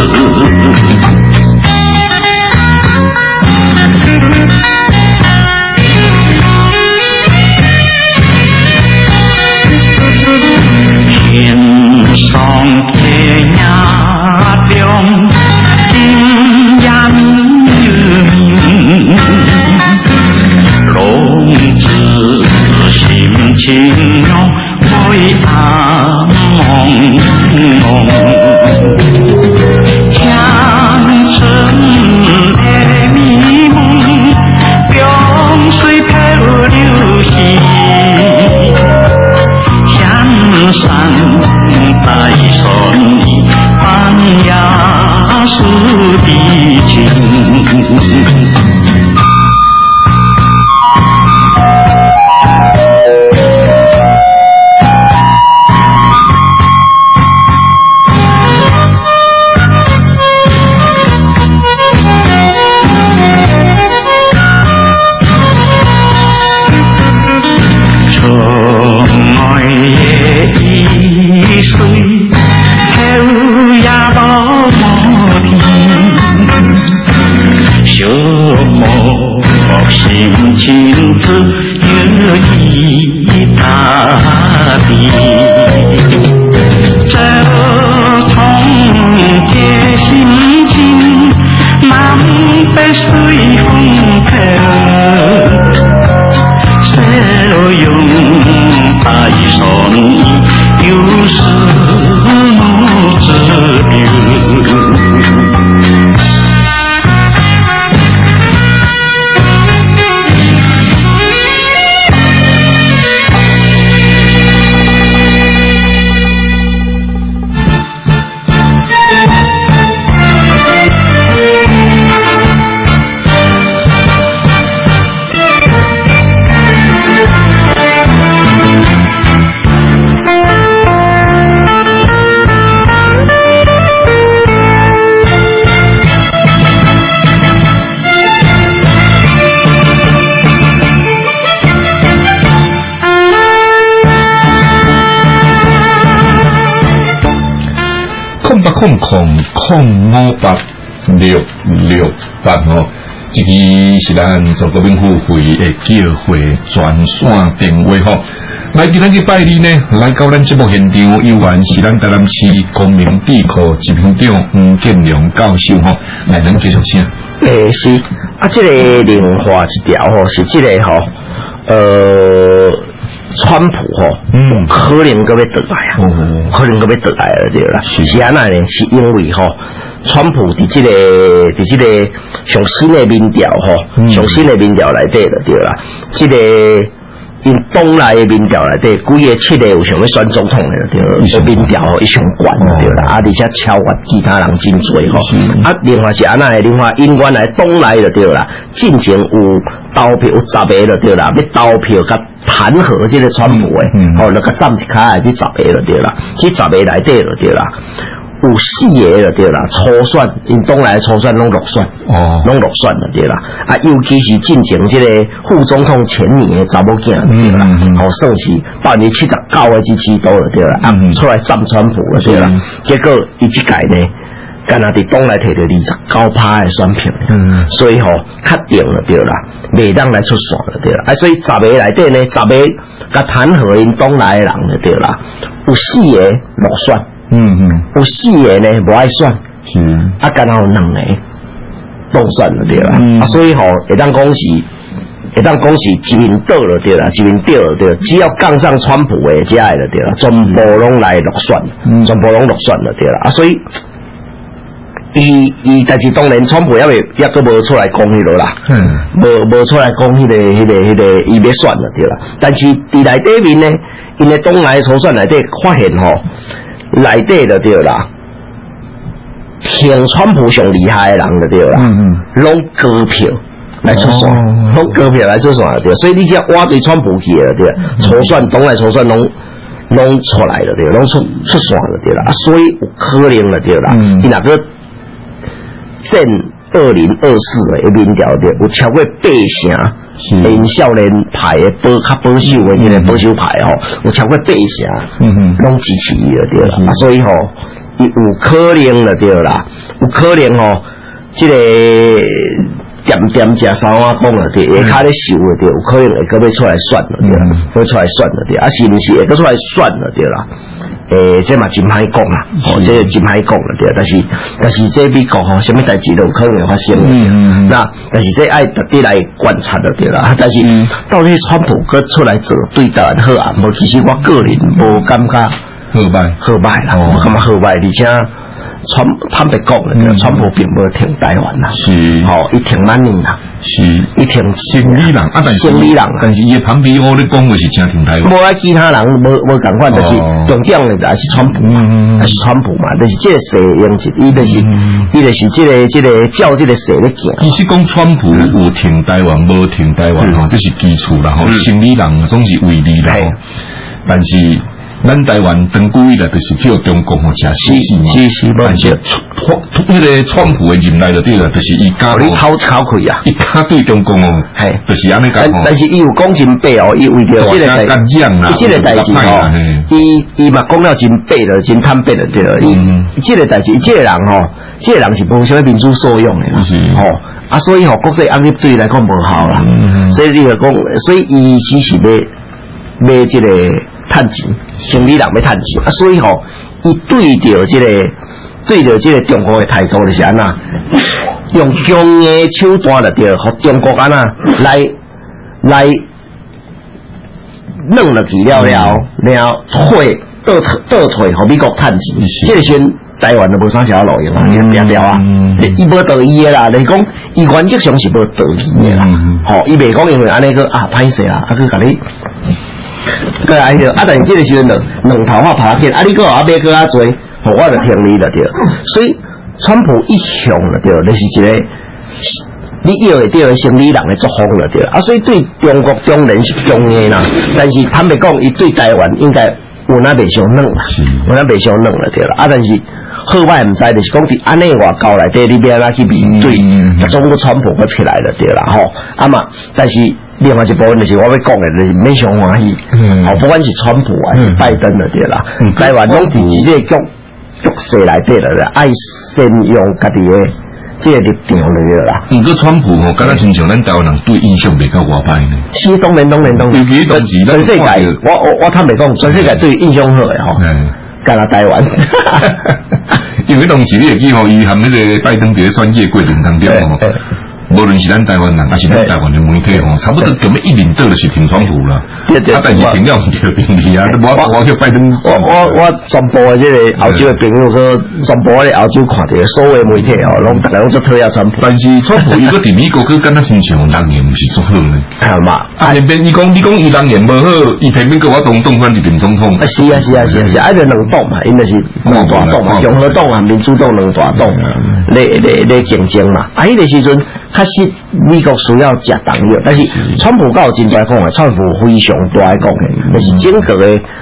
天上天涯中，天涯明，龙子心情浓，灰暗朦胧，江城的迷蒙，江水漂流兮，香山大松，半崖是的情。心情自由一大地，这从的心情难被随风飘，谁用大双有时无之流。08005668吼，这个是咱中国辩护会的叫会专线电话吼。来，今天去拜年呢，来到咱节目现场，有缘是咱台南市公民地科执行长黄建良教授吼，来咱继续请。 是啊，这个另外一条吼，是这个吼，川普吼，可能个要倒来啊，可能个要倒来了对啦。是安那呢？是因为吼，川普伫这个上新的民调吼，上新的民调内底了对啦，这个。因党内的民调内底，规个7个有想要选总统的对，个民调吼，伊上悬对啦，而且超越其他人真多吼。啊，另外是安那的，另外因原来党内的对啦，进前有投票有10个了对啦，要投票甲弹劾这个川普的，吼，那个站一卡的这10个了对啦，这10个内底了对啦。 有4个就对啦，初选因党内初选拢落选，拢落选了对啦。啊，尤其是进前这个副总统前年的查某囝对啦，算是79%的支持度了对啦，啊，出来站川普了对啦。结果伊这届呢，干那伫党内摕到29%的选票，所以确定了对啦，袂当来出线了对啦。啊，所以10个内底呢，10个甲弹劾因党内的人了对啦，有4个落选。有4个呢无爱选，啊，干那有2个当选了对啦，啊，所以会当讲是一面倒了对啦，一面倒了对啦，只要杠上川普的这个了对啦，全部拢来落选，全部拢落选了对啦，啊，所以伊但是当然川普也佫无出来讲迄落啦，无出来讲迄个伊要选了对啦，但是伫内底面呢，因为党内初选内底发现内底就对啦，挺川普上厉害的人就对啦，拢高票来出线，拢高票来出线就对，所以你只要挖对川普去了对，初选党内初选拢出来了对，拢出线了对啦，啊，所以有可能了对啦，伊若个战2024的民调对，有超过8成。因少年派的较保守的这个保守派有超过8成，拢支持伊了对啦，所以伊有可能了对啦，有可能这个点食三碗公了对，下骹咧收了对，有可能会搁要出来选了对啦，会出来选了对，啊是毋是会搁出来选了对啦？这嘛真歹讲啦，这个真歹讲了对，但是这美国什么代志都有可能会发生那但是这爱特地来观察了对啦，但是到底川普搁出来做对台湾好啊？无，其实我个人无感觉好歹啦，我感觉好歹，而且坦白讲了，川普并无挺台湾啦，是，伊挺蛮尼啦，是，伊挺心理人啊，但是但是伊的旁边我咧讲话是真挺台湾，无啊，其他人无共款，就是重点的还是川普嘛，还是川普嘛，但是这个势用是，伊就是这个照这个势咧行。 其实讲川普有挺台湾，无挺台湾这是基础啦，心理人总是为利啦，但是。咱台湾长久以来就是叫中国真死嘛，但是迄个川普的任内就对啦，就是伊加你偷开啊，伊加对中国嘿，就是安尼讲。但是伊有讲真白伊为着这个代志伊嘛讲了真白了，真坦白了对了。伊这个代志，这个人是无啥民主素养的啦，啊，所以国际压力对伊来讲无效啦，所以你就讲，所以伊只是要这个。趁钱，心理人要趁钱啊，所以伊对着这个中国的态度就是安那，用强硬的手段就对，和中国安那来弄落去了，然后倒退和美国趁钱，这个先台湾都无啥小路用啊，你别掉啊，伊无道义的啦，你讲伊原则上是无道义的啦，伊袂讲因为安尼个啊歹势啦，去甲你。对啊，但是这个时阵就两头发拍片，你个买个多，我就听你了对。所以川普一向了对，就是一个你要会对心理人的作风了对。所以对中国中人是强硬啦，但是坦白讲，伊对台湾应该有那袂伤软啦，有那袂伤软了对啦。但是好歹唔知，就是讲伫安尼外交内底，你要安怎去面对，总个川普个起来了对啦啊嘛，但是。另外一部分就是我要讲的，就是免伤欢喜。不管是川普还是拜登的对啦，台湾拢伫这个局势内底了，爱先用家己的这个立场了对啦。不过川普敢若亲像咱台湾人对印象袂够外歹呢。 是当然。全世界，我坦白讲，全世界对印象好的敢若台湾。 因为当时你会记伊含那个拜登伫选举过程当中无论是咱台湾人，还是咱台湾的媒体差不多根本一领导就是挺川普啦。但是挺了唔着便宜啊！我叫拜登。 我全部的这个澳洲的朋友说，全部的澳洲看到所有媒体拢大家拢做讨厌川普。 但是川普如果伫美国，佢敢若亲像人缘唔是足好呢。 系嘛？ 偏偏伊讲伊人缘无好，伊偏偏跟我当翻一定总统。 是啊，爱着两党嘛，因为是两大党嘛，共和党啊、民主党两大党来竞争嘛。迄个时阵。确实，美国需要食重药，但是川普有真大讲的，川普非常大讲的，就是整个的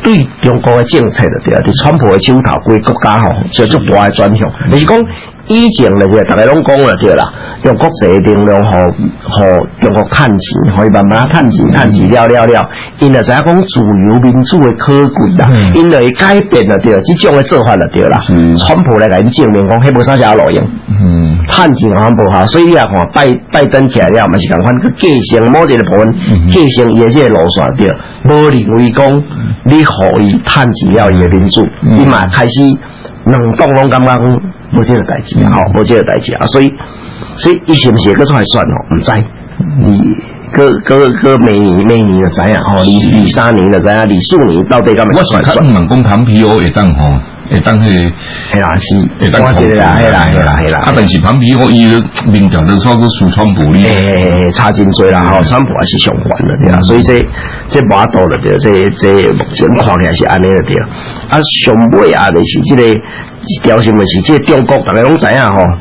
对中國嘅政策就對啦，佇川普嘅手頭，規國家吼就足大嘅轉向。就是講以前就對，大家攏講啦對啦，用國際力量互中國趁錢，可以慢慢趁錢了，因就知影講自由民主嘅可貴啦，因就會改變啦對，這種嘅做法啦對啦。川普來甲因證明講，迄無啥啥路用，趁錢好無好，所以你啊看拜登起來了，嘛是共款，佢繼承某一個部分，繼承伊嘅這個路線對，無認為講。你可以趁錢了伊嘅民主，伊嘛開始兩黨攏感覺講無這個代志啊，無這個代志啊，所以伊是毋是會出來選吼？毋知，個每年就知影吼，二三年就知影，二四年到底敢會選？ 我是較唔講彭皮歐會當吼，會當係啦是， 會當係啦。啊，但是彭皮歐伊民調就說個輸川普哩， 差真多啦吼，川普還是上懸啦對啦，所以這無法度啦對，這目前看起來是安尼啦對。啊，上尾啊就是這個條線就是這個中國，大家攏知影吼，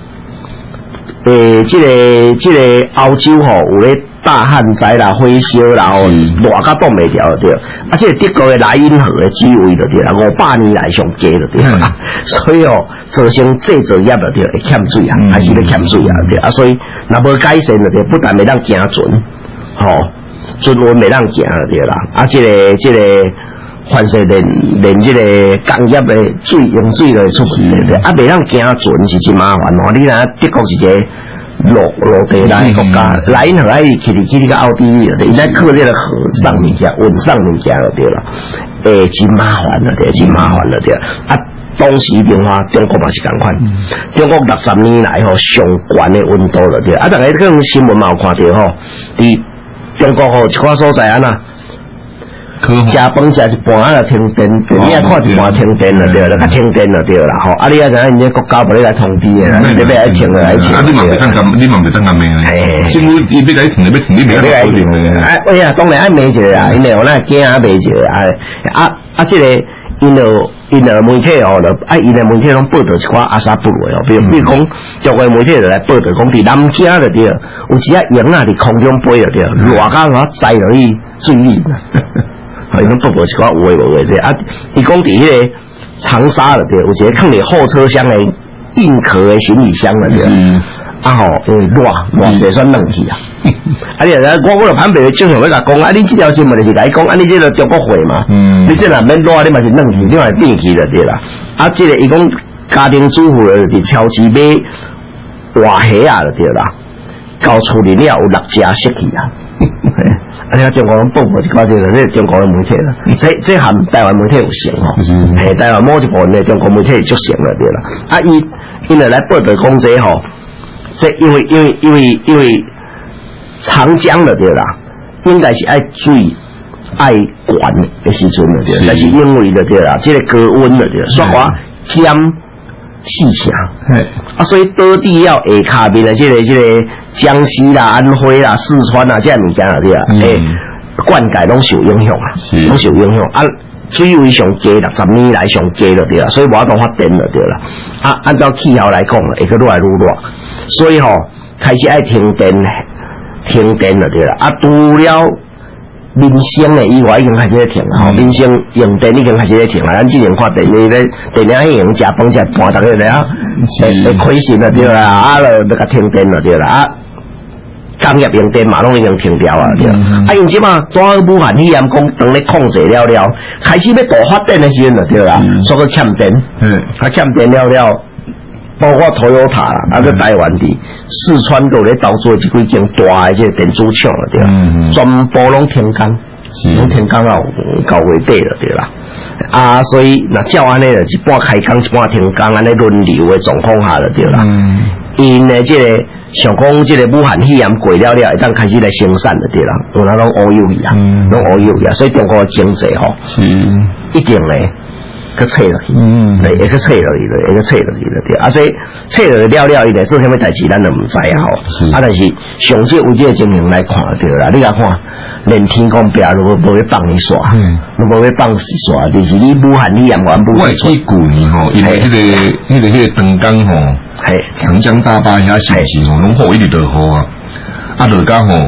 這個歐洲吼有咧。大旱災啦、火燒啦，熱甲擋袂牢對，啊，這個德國嘅萊茵河嘅水位就對啦，500年來上低就對啦，所以造成製造業就對，會欠水啊，還是咧欠水啊對，啊，所以若無改善就對，不但袂當行船，船運袂當行就對啦，啊，這個反正連這個工業嘅水用水就出去對，啊，袂當行船是真麻煩哦，你若德國是一個。落地來國家，萊茵河愛去你個奧地利了，伊在靠這個河上物件，運上物件就對了，真麻煩了對，真麻煩了對。啊，當時變化中國嘛是共款，中國60年來吼上懸的溫度了對。啊，大家可能新聞嘛有看到吼，佇中國吼一寡所在啊呐。食飯食一半啊，停電，你啊看一半停電了對，就停電了對啦吼。啊，你啊知影，人家國家無咧來通知嘅啦，你要來停就來停。 啊，你嘛袂當咁，你嘛袂當咁命。政府伊要來停，你要停，你袂來停嘅。 哎，喂啊，當然愛罵一個啊，因為我那驚啊罵一個啊，這個因的媒體哦，因的媒體攏報道一寡阿薩布魯哦，比如講，中國媒體就來報道講，佇南京就對，有一隻鷹啊，佇空中飛就對，熱甲我栽落去水裡。伊攏報道一寡有誒無誒這啊，伊講佇迄個長沙了對，有一個放佇後車廂誒硬殼誒行李箱了對，啊吼，熱這算冷氣啊！啊，你我就旁邊正想要甲講，啊，你這條新聞就是甲伊講，啊，你這個中國貨嘛，你這若免熱，你嘛是冷氣，你嘛變氣了對啦。啊，這個伊講家庭主婦就超市買活蝦啊了對啦，到厝裡了有6隻失去啊。啊！你中國人報報一寡啲，呢中國嘅媒體啦，這含台灣媒體有成吼，係台灣某一部分嘅中國媒體足成啦對啦。啊，因來報道講這吼，這因為長江啦對啦，應該是愛水愛管嘅時陣啦對，但是因為啦對啦，這個高溫啦對，說話減四成，啊，所以倒地了下骹面嘅這個。江西啦、安徽啦、四川啦，這物件啦對啊，灌溉攏受影響啊，攏受影響啊，水位上低，60年來上低了對啦，所以無法度發電了對啦。啊，按照氣候來講啦，會去愈來愈熱，所以吼開始愛停電了對啦。啊，除了民生的以外，已經開始在停啦，民生用電已經開始在停啦。咱之前看電影咧，電影用食飯食半，大家咧啊，會虧損了對啦，啊，就甲停電了對啦，啊。工業用電嘛，攏已經停掉啊！對，啊，因即嘛，當武漢肺炎講當咧控制了，開始要大發電的時陣就對啦，所以欠電，欠電了，包括Toyota啦，啊，個台灣的四川都咧投資一幾間大嘅即個電子廠了，對啦，全部攏停工，攏停工到月底了，對啦，啊，所以那照安尼就一半開工，一半停工，安尼輪流嘅狀況下了，對啦。因誒，即個想講，即個武漢肺炎過了，會當開始來生產了，對啦，有那攏烏有去啊，攏烏有去啊，所以中國經濟吼，一定咧，去切落去，會去切落去了，會去切落去了，對，啊，所以切落去了，伊來做啥物代志，咱就唔知啊，吼，啊，但是上即有即個情形來看對啦，你甲看，連天公伯都無要放你耍，都無要放死耍，就是你武漢肺炎完不？ 我記舊年吼，因為迄個長江吼。長江大壩遐時吼，攏好一直落雨啊，啊落甲吼，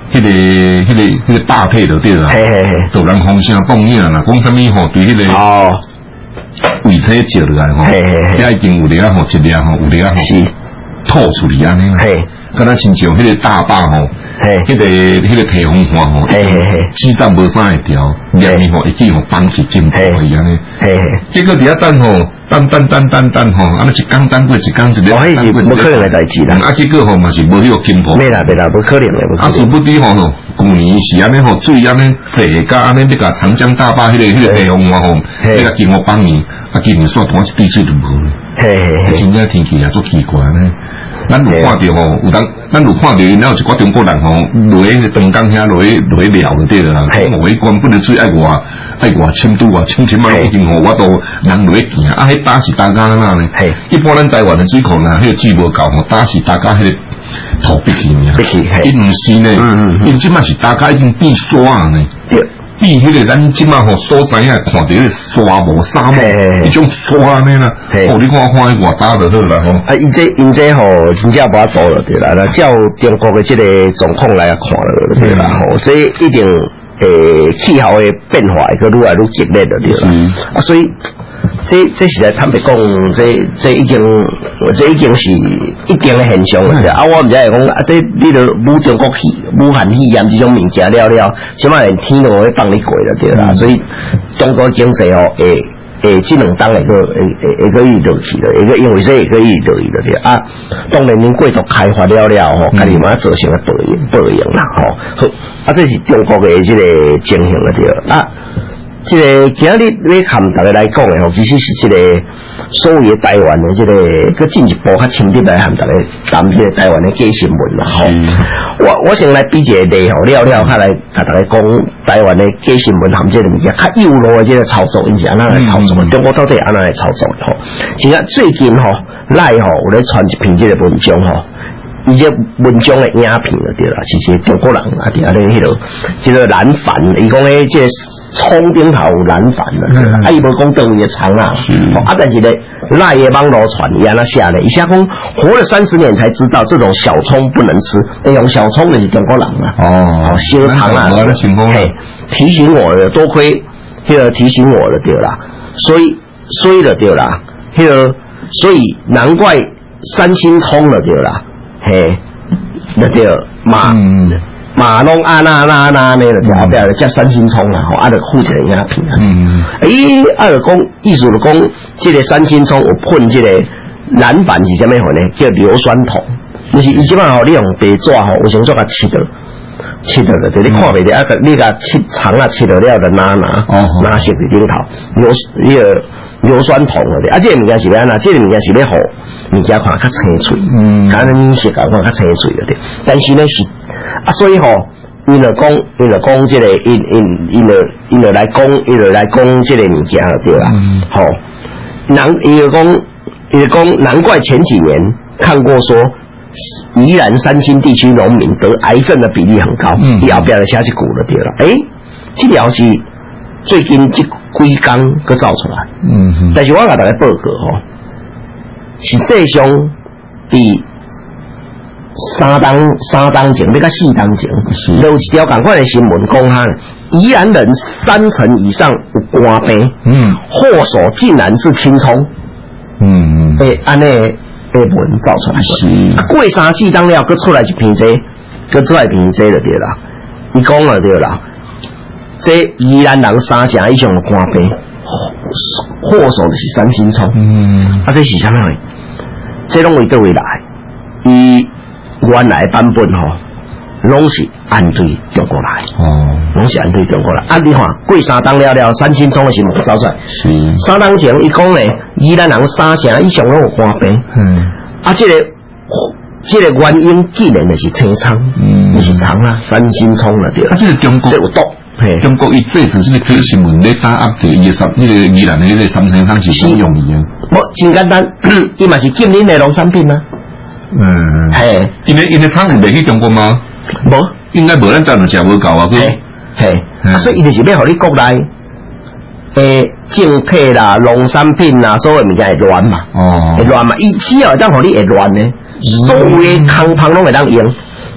个搭配就对啦。突然风声放影啦，讲什么吼？对迄个胃车照落来吼，也已经有咧吼，一粒吼，有咧吼，吐出嚟安尼啦。敢若亲像迄个大坝吼，迄个台风花吼，四站无啥会调，连伊吼一记吼绑起真多去安尼。结果伫遐等吼，等吼，安尼一工等过一工，一日等过一日， 无可能嘅代志啦。 啊，结果吼嘛是无迄个金箔。 没啦，无可能嘅。 啊，殊不知吼，旧年是安尼吼，水安尼济，甲安尼要甲长江大坝迄个台风花吼，要甲金箔绑去，啊，今年煞单一滴水都无。真正天气也足奇怪呢。咱有看到吼，咱有看到，然后一寡中国人吼，落去长江遐落去钓就对啦。落去根本的水爱偌深度啊，深啊，已经吼我都人落去行，啊，迄打是大家哪呢？一般咱台湾的水库呐，迄个水无够吼，打是大家迄个土逼去呢。伊毋是呢，伊即马是大家已经变沙呢。比迄个咱即马吼所在啊，看到迄个沙漠，迄种沙呢啦，你看偌大就好啦吼。 啊，因这吼真正无法度了对啦，那照中国的这个状况来看了对啦吼，这一定气候的变化会愈来愈激烈了对啦。啊，所以这实在坦白讲，这已经是一定的现象了对啊。我唔知係講啊，這你著武中國武漢肺炎這種物件了，起碼連天都會幫你過了對啦。所以中國經濟吼這兩當會個遇到去了，會個因為這會個遇到去了對啊。當然您過度開發了吼，家己嘛造成個報應啦吼。好，啊，這是中國的這個情形了對啊。這個今日要含大家來講嘅吼，其實是這個所謂的台灣的這個，佮進一步較深入來含大家談這個台灣的假新聞啦吼。我先來比一個例吼，了，較來甲大家講台灣的假新聞含這個物件較幼路的這個操作，因是安怎來操作？中國到底安怎來操作吼？現在最近吼，來吼有咧傳一篇這個文章吼。伊這文章的影片就對啦，是一個中國人啊，伫遐咧迄落，即個南繁，伊講咧即個蔥頂頭有南繁啦，啊伊無講倒位嘅廠啊，啊但是咧賴嘅網絡傳伊安那寫咧，伊寫講活了30年才知道這種小蔥不能吃，用小蔥就是中國人啊，小腸啊，嘿，提醒我了，多虧迄個提醒我了對啦，所以了對啦，迄個所以難怪三星蔥了對啦。嘿，那对马龙啊那呢，后边叫三星葱啊，吼，啊，就附一个影片啊。就讲意思就讲，这个三星葱有喷这个蓝板是啥物货呢？叫硫酸铜，就是伊即摆吼，你用白纸吼，有时做甲切到了，对，你看袂着啊，你甲切长啊，切到了就拿色伫顶头，硫酸铜了啊，这个物件是要安那？这个物件是要好物件看较清脆，看你色看较清脆了对。但是呢是啊，所以吼，伊就讲这个，伊就来讲这个物件了对啦。吼，伊就讲，难怪前几年看过说，宜兰三星地区农民得癌症的比例很高，伊后壁就写一句了对啦。这条是最近几工佮造出來，但是我甲大家報告吼，實際上佇三當前，要到4當前，有一條同款的新聞講哈，宜蘭人30%以上有肝病，禍首竟然是青蔥，安尼的文造出來，過3-4當了，佮出來一篇這，佮出來一篇這就對啦，伊講了對啦。這宜蘭人3成以上的肝病，禍首就是三星蔥。啊，這是啥物？這攏為倒位來？伊原來版本吼，攏是按對中國來。攏是按對中國來。啊，你看過3當了，三星蔥的新聞走出來。3當前伊講咧，宜蘭人3成以上攏有肝病。啊，這個原因既然就是青蔥，就是蔥啦，三星蔥啦對。啊，這個中國這有毒。中國伊這次這個新聞咧打壓着伊個那個宜蘭的那個三星蔥是什麼用意啊？無真簡單，伊嘛是禁恁的農產品啊。係，因為廠有賣去中國嗎？無，應該無，咱當然食無夠啊。係，所以伊就是要互你國內誒政體啦、農產品啦，所有物件會亂嘛。會亂嘛，伊只要會當互你會亂呢，所有的空棚攏會當用。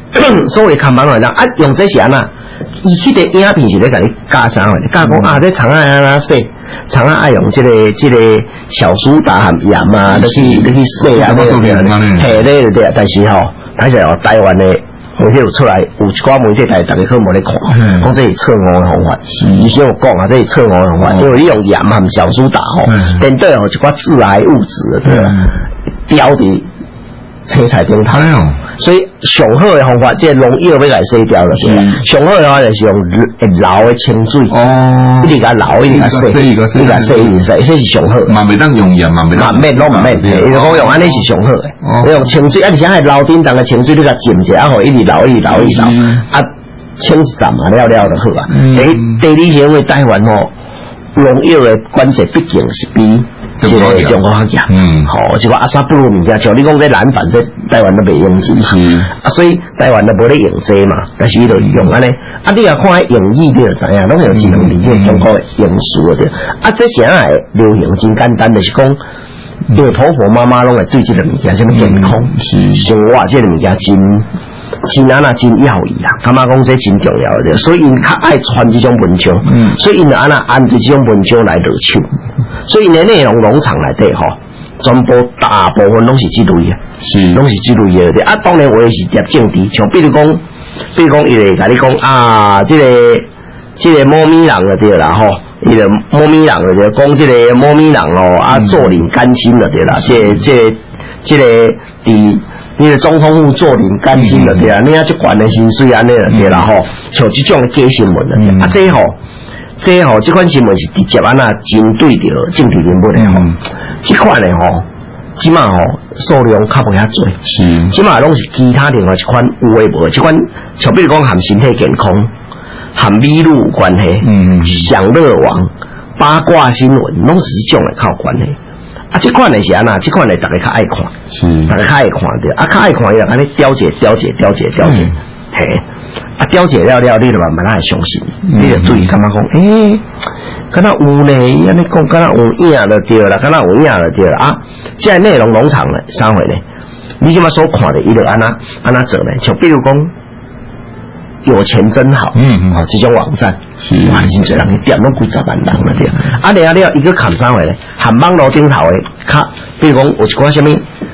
所谓看网络人啊，用这些啊，伊去的影片是咧甲你教啥货？教讲啊，这肠仔安怎洗？肠仔爱用这个小苏打含盐啊，你去洗啊，嘿咧对啊。但是吼，歹势哦，台湾的媒体有出来，有一寡媒体大家可无咧看，讲这是错误的方法。以前有讲啊，这是错误的方法，因为你用盐含小苏打吼，等对哦一寡致癌物质对啦，标的。青菜顶头，所以上好的方法，即个农药要甲伊洗掉了，上好的方法就是用老的清水，一直甲老，一直甲洗，一直甲洗，这是上好。 嘛袂当用盐，嘛袂当， 免拢唔免，伊就讲用安尼是上好的。你用清水，而且还老叮当的清水，你甲浸者，啊，好一直老，啊，清一浸啊，了就好啊。第二个因为台湾吼，农药的关节毕竟是比。这个中国较强，好，这个阿萨布鲁物件，像你讲这篮板，这台湾都袂用钱，所以台湾都无咧用这嘛，但是伊就用安尼，你也看用语你就知影，拢有一两理解中国的用词的，这啥会流行真简单，就是讲，因为婆婆妈妈拢会对这个物件什么健康、生活这个物件真真有意啦，感觉讲这真重要的，所以因较爱传这种文章，所以因就按对这种文章来入手。所以呢，内容农场内底吼，全部大部分拢是这类的，拢是这类的。当然我也是贴政治，像比如讲，伊会甲你讲啊，这个猫咪人就对啦吼，伊个猫咪人就讲这个猫咪人哦，坐领甘心了对啦，这个你的总统府坐领甘心了对啦，你啊这悬的薪水安尼了对啦吼，像这种假新闻了，这款新闻是直接针对着政治人物的吼，这款的吼，即马吼数量较无遐多，即马拢是其他另外一款有诶无，这款像比如讲含身体健康、含美女有关系，享乐网、八卦新闻，拢是这种诶较有关系。这款的是安那？这款的大家较爱看，大家较爱看的，较爱看伊就安尼调解，嘿。调解了，你就慢慢来相信，你就对感觉讲，敢若有呢，安尼讲，敢若有影就对啦，敢若有影就对啦啊！这内容农场咧，啥货咧？你即马所看的，伊就安那做咧，像比如讲，有钱真好，这种网站，哇，真侪人去点，拢几十万人了对。了，一个看啥货咧？含网络顶头的，比如讲有一寡什么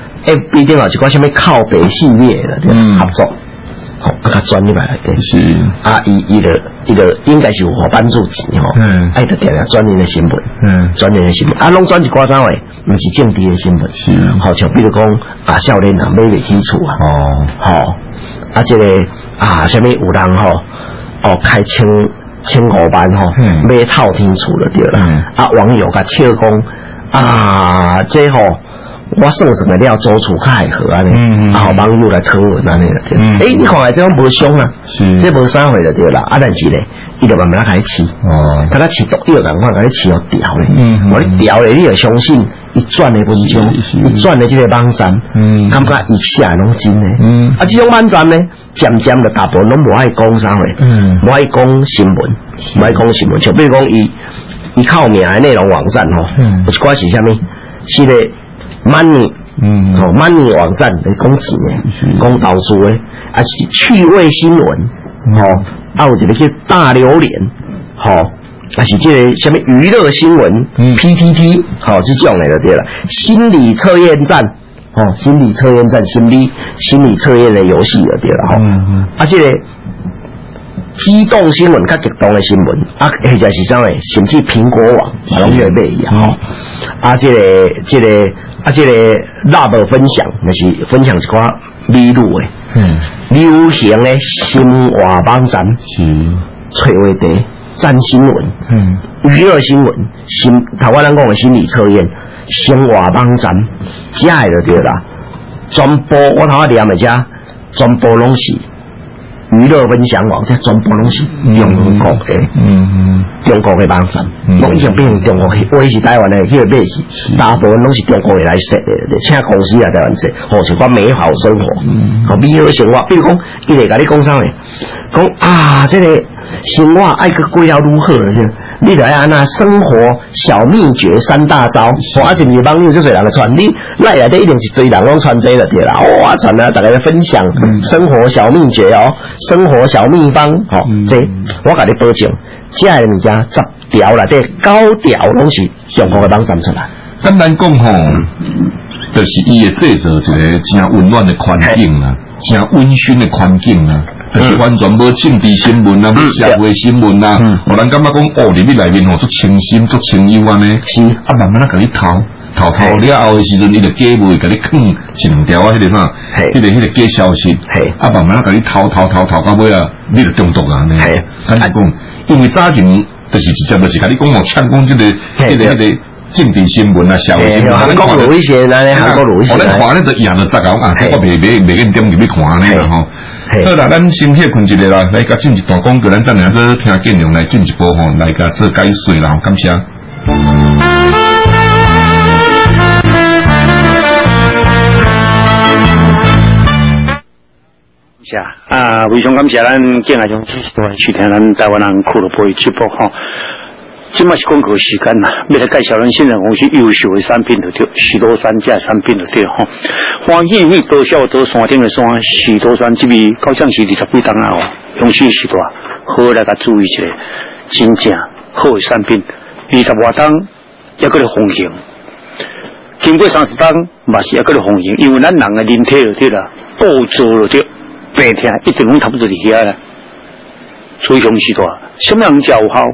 FB 顶头一寡什么靠北系列的对，合作。较转入来对，伊就应该是有互帮助钱吼，就定定转入的新闻，转入的新闻，拢转一寡啥话，毋是政治的新闻，好像比如讲少年人买袂起厝这个什么有人开1500万买透天厝了对啦，网友甲笑讲这我算了租厝较会好安尼，网友来讨论安尼了对。你看下这种无伤啊，这无啥货了对啦。但是咧，伊就慢慢开始饲，甲他饲毒药共款，甲你饲到调咧。我你调咧，你就相信伊转的文章，伊转的这个网站，感觉伊写拢真诶。这种网站呢，渐渐的大部分拢无爱讲啥货，无爱讲新闻，无爱讲新闻。就比如讲伊靠名的内容网站吼，有一寡是啥物？是咧。money 网站来讲钱的，讲投资的，是趣味新闻，有一个叫大榴莲，是这个什么娱乐新闻，PTT，这种的就对了。心理测验站，心理测验站，心理测验的游戏就对了，这个激动新闻，较极动的新闻，或者是啥的，甚至苹果网，拢会买伊这个。这个 love 分享，就是分享一寡美女的，流行的生活网站，找话题、赞新闻，娱乐新闻，台湾人讲的心理测验，生活网站，这个就对啦。全部我头下念的这，全部拢是娱乐分享网，这全部拢是中国的，中国的网站，拢已经变成中国的，我是台湾的去买去，大部分拢是中国的来设的，请公司来台湾设，像讲美好生活，美好生活，比如讲，伊会甲你讲啥呢？讲这个生活爱去过了如何了先， 你来安那生活小秘诀3大招，哇！是咪网友这侪人来传，你那内底一定是堆人拢传这个对啦，哇！传啊，大家分享生活小秘诀哦，生活小秘方哦，这我甲你保证，这个物件10条内底9条拢是上好的网站出来。 简单讲吼，就是伊会制造一个真温暖的环境啦，真温馨的环境啦。就是完全无政治新闻啊，无社会新闻啊，互人感觉讲哦，入去内面吼，足清新、足清幽安尼。 是啊，慢慢啊，甲你掏了后的时阵，伊就假袂甲你放1条啊，迄个啥，迄个假消息。啊，慢慢啊，甲你掏到尾啊，你就中毒啊呢。简单讲，因为早前就是直接就是甲你讲哦，抢讲这个政治新闻啊，社会新闻， 韩国路一些，韩国路一些， 我咱看咧就演了10个啊，我袂瘾点入去看安尼啦吼。好啦，咱先歇困一下啦，来甲进一段广告，咱等下再听建良来进一步吼，来甲做解说啦，感谢。 啊，非常感谢咱敬爱中支持多去听咱台湾人苦乐播直播吼。今麦是广告时间啦，要来介绍咱现在公司优秀的产品就对，许多山这产品就对吼。欢喜你多少多山顶的山，许多山这边到像是20几档啊哦，用心许多，好来甲注意一下，真正好的产品，20多档也个咧风行，经过30档嘛是也个咧风行，因为咱人的人体就对啦，构造就对，病痛一定拢差不多伫遐啦，所以用许多，什么人较有效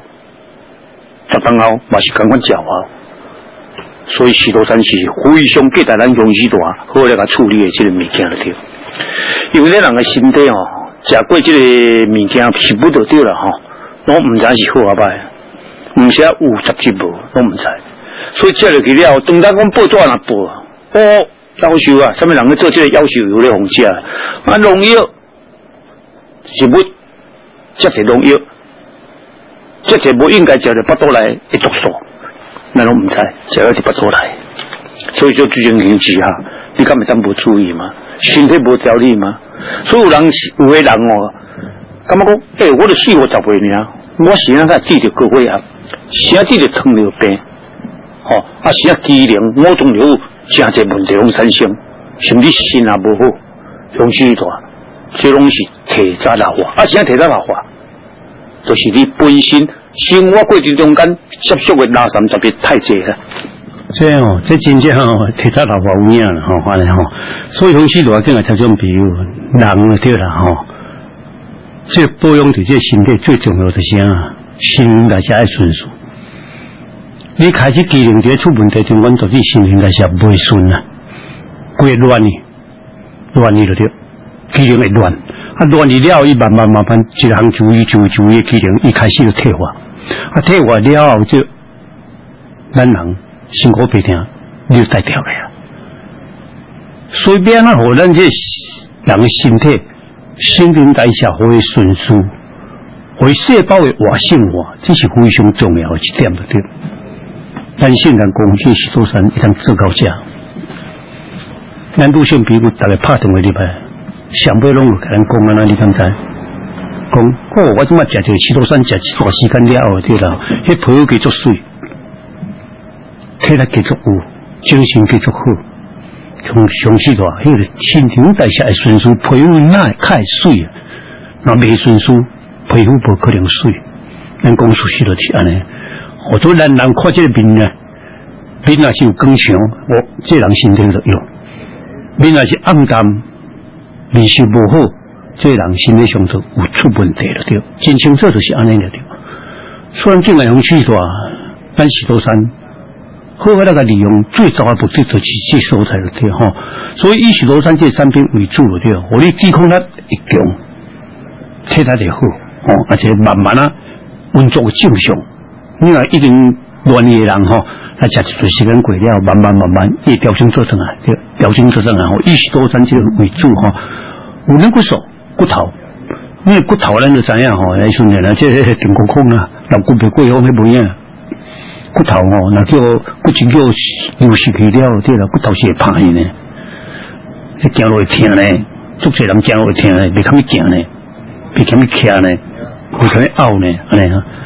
？10档后嘛是共款较好，所以许多山是非常给咱用许多好来甲处理的这个物件了对。因为咱人的身体哦，食过这个物件食不就对了吼，拢唔知是好啊歹，唔是有杂质无，拢唔知。所以食落去了，当咱讲报纸若报，哦，夭寿啊，什么人去做这个夭寿油咧红食啊，农药是不这些农药。这些不应该食的巴肚来的毒素，咱拢唔知，食了是巴肚来，所以就最近引起哈，你敢会当无注意吗？身体无调理吗？所以有的人哦，感觉讲，我就4、50岁尔，我是那个治着高血压，是啊治着糖尿病，吼，啊是啊机能、脑肿瘤真侪问题拢产生，甚至心也无好，用许大，这拢是体早老化，啊是啊体早老化。就是你本身生活过程中间接触的垃圾特别太济了。 这哦，这真正哦，体早老化有影啦吼，反正吼，所以讲许多经常才种比如人对啦吼，这保养对这身体最重要的是啊，心代谢要顺序。你开始机能在出问题，情况导致心代谢袂顺啊，规乱去就对，机能会乱。啊，乱去了，伊慢慢一项注意机能，伊开始就退化。啊，退化了后就，咱人辛苦白听，你就带掉了呀。所以变啊，互咱这人的身体新陈代谢会顺序，会细胞的活性化，这是非常重要的一点，对。咱现在讲这许多山一旦自高价，咱路线比如大概拍电话入来。上尾拢有甲咱讲啊，你敢知？讲哦，我即马食着许多山，食一段时间了后，对啦，迄皮肤继续水，体力继续有，精神继续好，上许大，迄个新陈代谢的顺序，皮肤哪会较水啊？若未顺序，皮肤无可能水。咱讲出去就是安尼，好多人看这个面呢，面若是有光强，这人身体就有；面若是暗淡。面色无好，这人身体上就有出问题了，对，真清楚就是安尼了，对。虽然境内用许大，咱许多山好好那个利用最早的目的就是这所在了，对吼。所以以许多山这产品为主了，对，互你抵抗力会强，体力就好，哦，而且慢慢啊运作正常。你若一定乱的人吼。啊，食一段时间过了，慢慢，伊调整做上来，对，调整做上来吼，以许多山这个为主吼。有人骨素、骨头，因为骨头咱就知影吼，来训练啦，这顶骨空啊，老骨袂过好，迄无影。骨头吼，那叫骨质叫流失去了，对啦，骨头是会怕伊呢，行路会疼呢，足侪人行路会疼呢，袂堪去行呢，袂堪去徛呢，袂堪去拗呢，安尼啊。啊，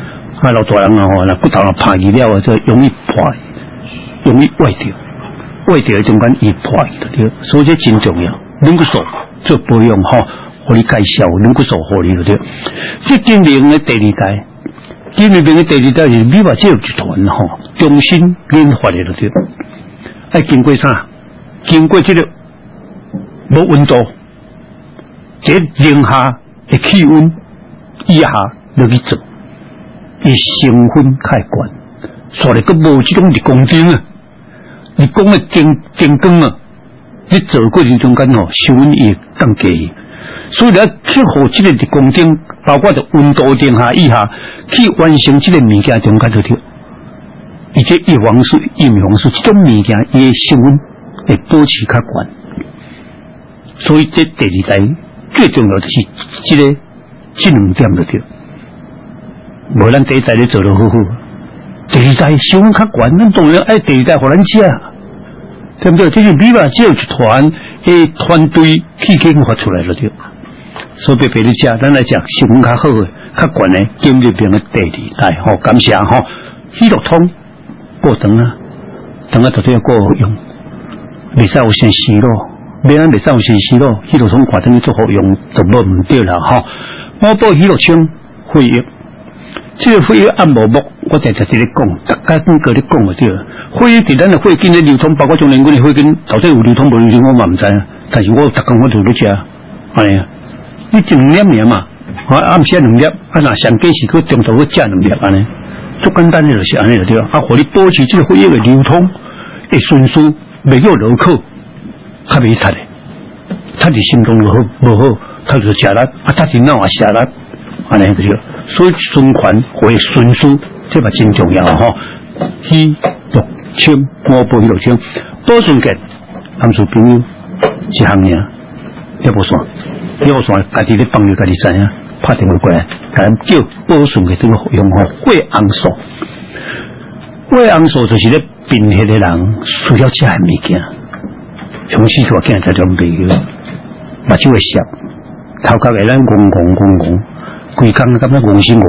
啊，老大人啊吼，那骨头啊破去了，就容易破，容易歪掉，歪掉中间易破的对，所以这真重要。软骨素做保养吼，互你介绍软骨素互你就对。这经历的第二代，经历的第二代是美国这集团吼，重新研发的就对。爱经过啥？经过这个无温度，这零下的气温以下落去做，伊成分太悬，所以佮无这种日光灯啊，日光的灯光啊，你做过程中间吼，收温也降低，所以你要去互这个日光灯，包括着温度零下以下，去完成这个物件中间就对。而且叶黄素、叶黄素这种物件，伊的成分会保持较悬，所以这第二代最重要就是这两点就对。无咱第一代咧做得好好，第二代成分较悬，咱当然爱第二代互咱吃，对不对？这是美国只有集团的团队去研发出来了对。所以别你吃，咱来食成分较好的、较悬的，经历变个第二代吼，感谢吼，喜乐通。过长啊，长啊，绝对要过用，袂使有先死咯，别人袂使有先死咯，迄落从挂灯去做好用，就无唔对啦吼。我报迄落枪会议，这个会议按无目，我在这里讲，大家跟个咧讲就对了。会议伫咱的会议的流通，包括中联军的会议到底有流通无流通，我嘛唔知啊。但是我逐工我就咧食，哎呀，你一两粒尔嘛，暗时两粒，啊那上计是去中途去食两粒安尼。最简单的就是安尼就对了，互你保持这个血液的流通，会顺序袂有落口，较袂擦的，擦伫心中无好，他就食力，他伫脑也食力，安尼就对了。所以循环会顺序，这嘛真重要吼。喜乐清，我报喜乐清，保顺健，咱做朋友一项尔，要无算，家己咧帮你家己知影。拍电话过来，甲咱叫保顺的这个用吼血红素，血红素就是咧贫血的人需要食的物件，从细大囝才种朋友，目睭会涩，头壳会咱戆，规工感觉戆心，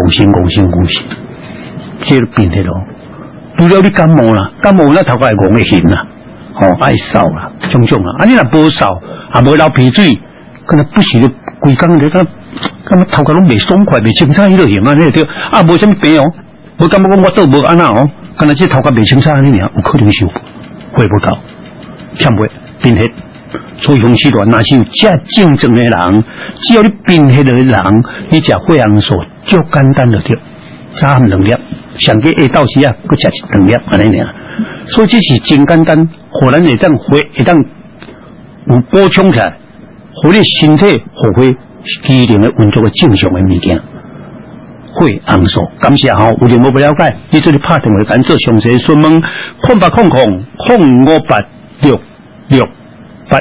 这个贫血咯。除了你感冒啦，咱头壳会戆会痕啦，爱扫啦，种啊，你若无扫，也无流鼻水，可能不是咧规工咧咁头壳拢未爽快，未清楚迄落型啊，你对啊，无啥物病哦，无感觉讲我倒无安那哦，干那这头壳未清楚安尼尔，有可能是血不够，欠血贫血，所以雄起段若是有这症状的人，只要你贫血的人，你食血红素足简单就对，早暗2粒，上计下昼时啊，佮食2粒安尼尔，所以这是真简单，互咱会当有补充起来，互你身体互血。机灵的运作个正常的物件，血红素。感谢吼，有任何不了解，你做你拍电话赶做详细询问，0800-058-668。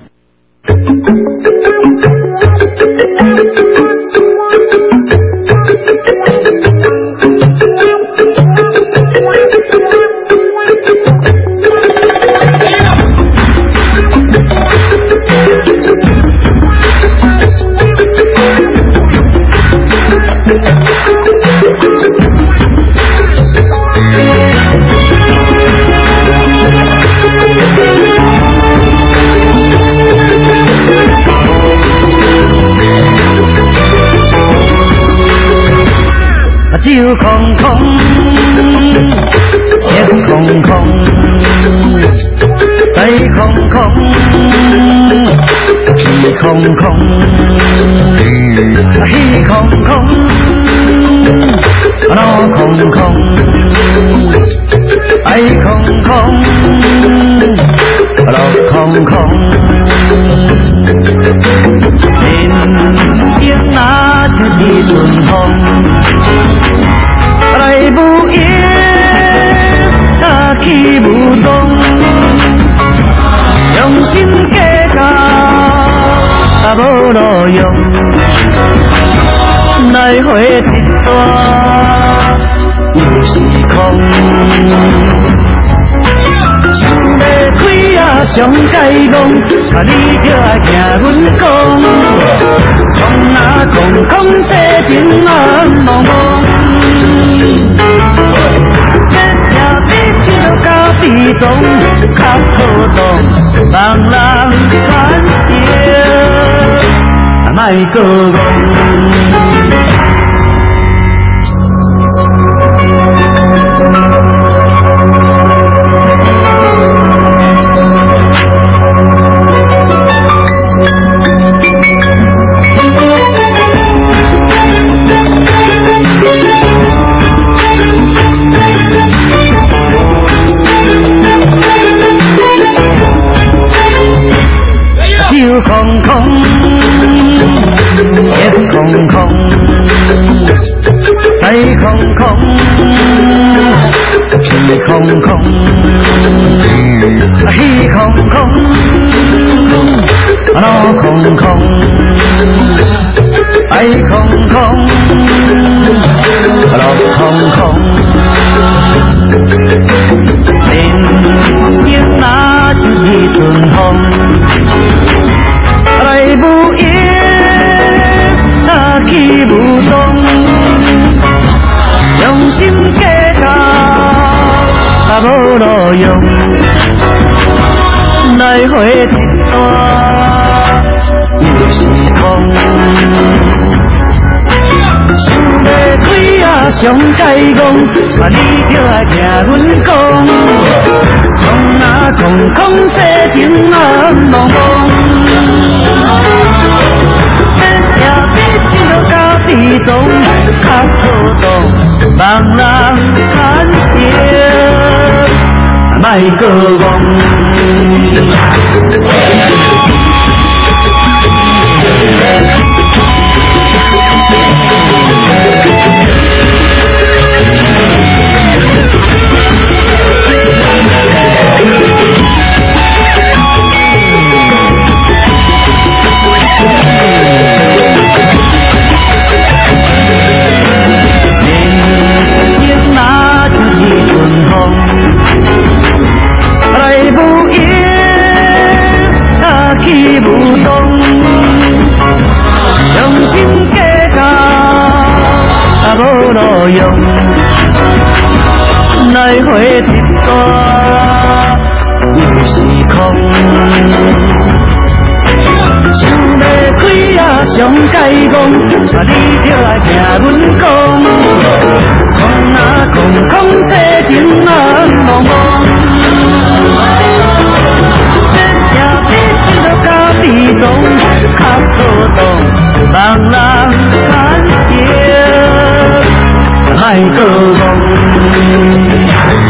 酒空空，血空空，肺空空，气空空，气空空，脑空空，爱空空，路空空。人生啊，像一阵风。来无影，啊去无踪，用心计较，啊无路用，来回一段又是空，想要开啊上解讲，啊你就爱听阮讲，空啊空空世情啊茫茫。 动，较好动，人人传承，莫搁讲。手空空，血空空，财空空，气空空，气空空，脑空空，爱空空，路空空，人生哪就是阵风。来无影，去无踪，用心计较，无路用，来回天大又是风。想要开啊，上该讲，你就爱听阮讲，空啊空空，世情啊茫茫。比动较好动，人人传承，莫搁讲。来无影，去无踪，用心计较，无路用，来回天大又是空。想要开啊，上该讲，你就来听阮讲，空啊空空，世情啊茫茫。比动较好动，人人传承，莫搁讲。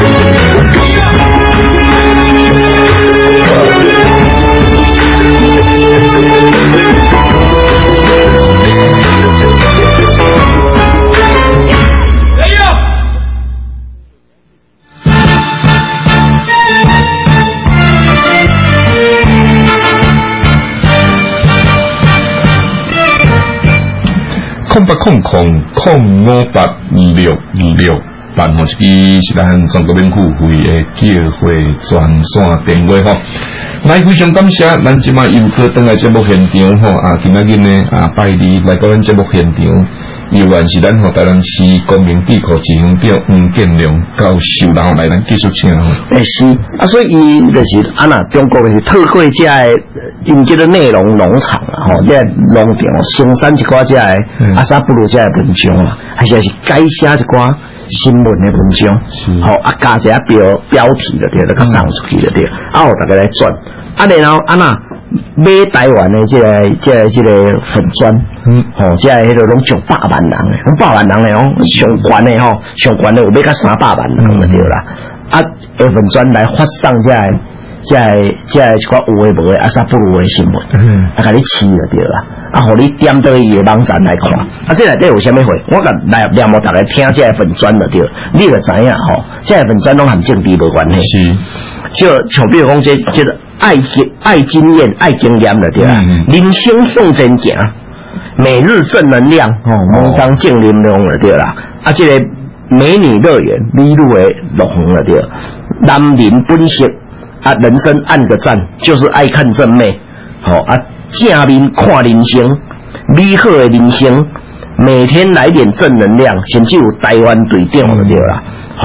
0800058626，办好一支是咱中国民付费的叫会专线电话吼。来非常感谢，咱即马又搁登来节目现场吼啊！今仔日呢拜二来到咱节目现场，依然是咱台南市公民地库执行长黄建良教授，然后来咱继续请吼。 是啊，所以伊就是安那中国是透过这个因这个内容农场啊，吼，这农场生产一寡这个阿萨布鲁这个文章啦，还是改写一寡新闻的文章，好啊，加一下标题就对，那个送出去就对，啊，大家来转。啊，然后啊那买台湾的这个粉砖，这个迄个拢上100万人的，拢100万人的哦，上悬的吼，上悬的有买到300万人就对啦。啊，粉砖来发送这一寡有诶无诶阿萨布鲁诶新闻，啊，甲你试就对啦。啊，互你点到伊诶网站来看，啊，这内底有啥物货？我甲来念无大家听这个粉砖就对，你就知影吼，这个粉砖拢含政治无关系。是，就像比如讲这个。爱经验、爱经验的对啦，人生向前行，每日正能量每当正能量的对啦。啊，这个美女乐园美女的乐园了对，男人本色啊，人生按个赞，就是爱看正妹，啊，正面看人生，美好的人生，每天来点正能量，甚至有台湾队长了对啦，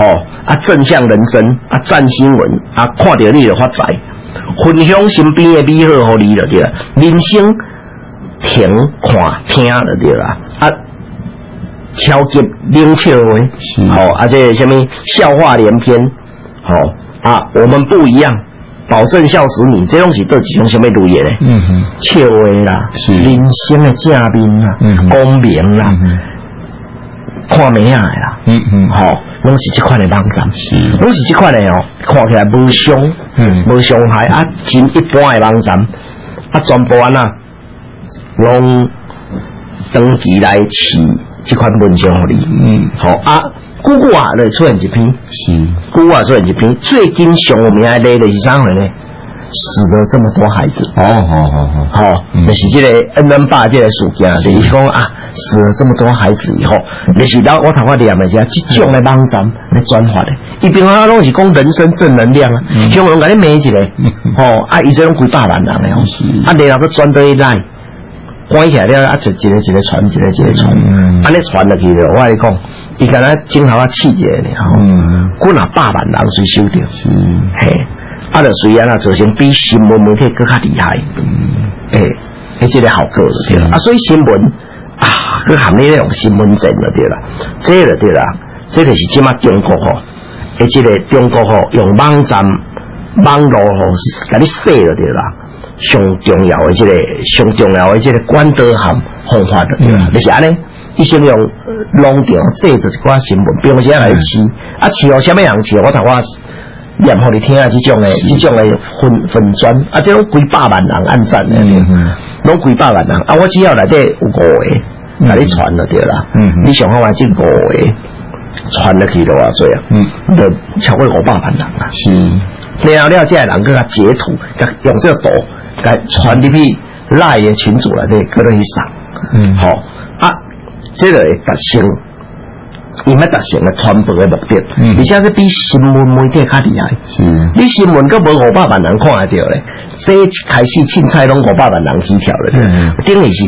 啊，正向人生啊，赞新闻啊，看到你就发财，分享身边的美好互你就对了，人生听看听就对了啊。超级冷笑话，好，而且什么笑话连篇，好啊，我们不一样，保证笑死你。这东西都几种什么路业嘞？笑话啦，人生的正面啦，公平啦，看美啊啦，好，拢是这款的网站，拢是这款的哦，看起来无伤，无伤害啊，真一般的网站，啊，全部啊，拢登记来起。这款文章互你，好啊，久久啊，来出现一篇，久久啊出现一篇，最近上有名的例就是啥回呢？死了这么多孩子，好，就是这个N8这个事件，就是讲啊，死了这么多孩子以后，就是我头发念的是这种的网站来转发的，一边啊拢是讲人生正能量啊，香港甲你骂一个，啊，伊这种几百万人的哦，啊，然后佮转到来。关起来了啊！一个传，安尼传落去了。我跟你讲，伊敢若镜头啊刺一个呢，几若百万人随收着，嘿，啊，就虽然啊造成比新闻媒体更加厉害，这个效果就对了啊。所以新闻啊，佮含你那种新闻证就对了，这就对了，这就是即马中国吼，这个中国吼用网站、网络吼，甲你洗就对了。上重要的这个管道和方法的对啦，就是安尼，伊先用弄掉这就是一寡新闻，并且来试，啊试哦，什么人试？我头我念互你听啊，这种的粉砖啊，这种几百万人按赞的，拢几百万人啊，我只要内底有5个，甲你传就对啦，你想看完这5个传落去的话，所以就超过500万人啊，然后了这人佮他截图，用这个图。来传入去赖的群组内底，可能去上，好啊，这个达成，伊要达成的传播的目的，而且是比新闻媒体较厉害。你新闻佮无500万人看得到咧，这开始凊彩拢500万人起跳咧，等于是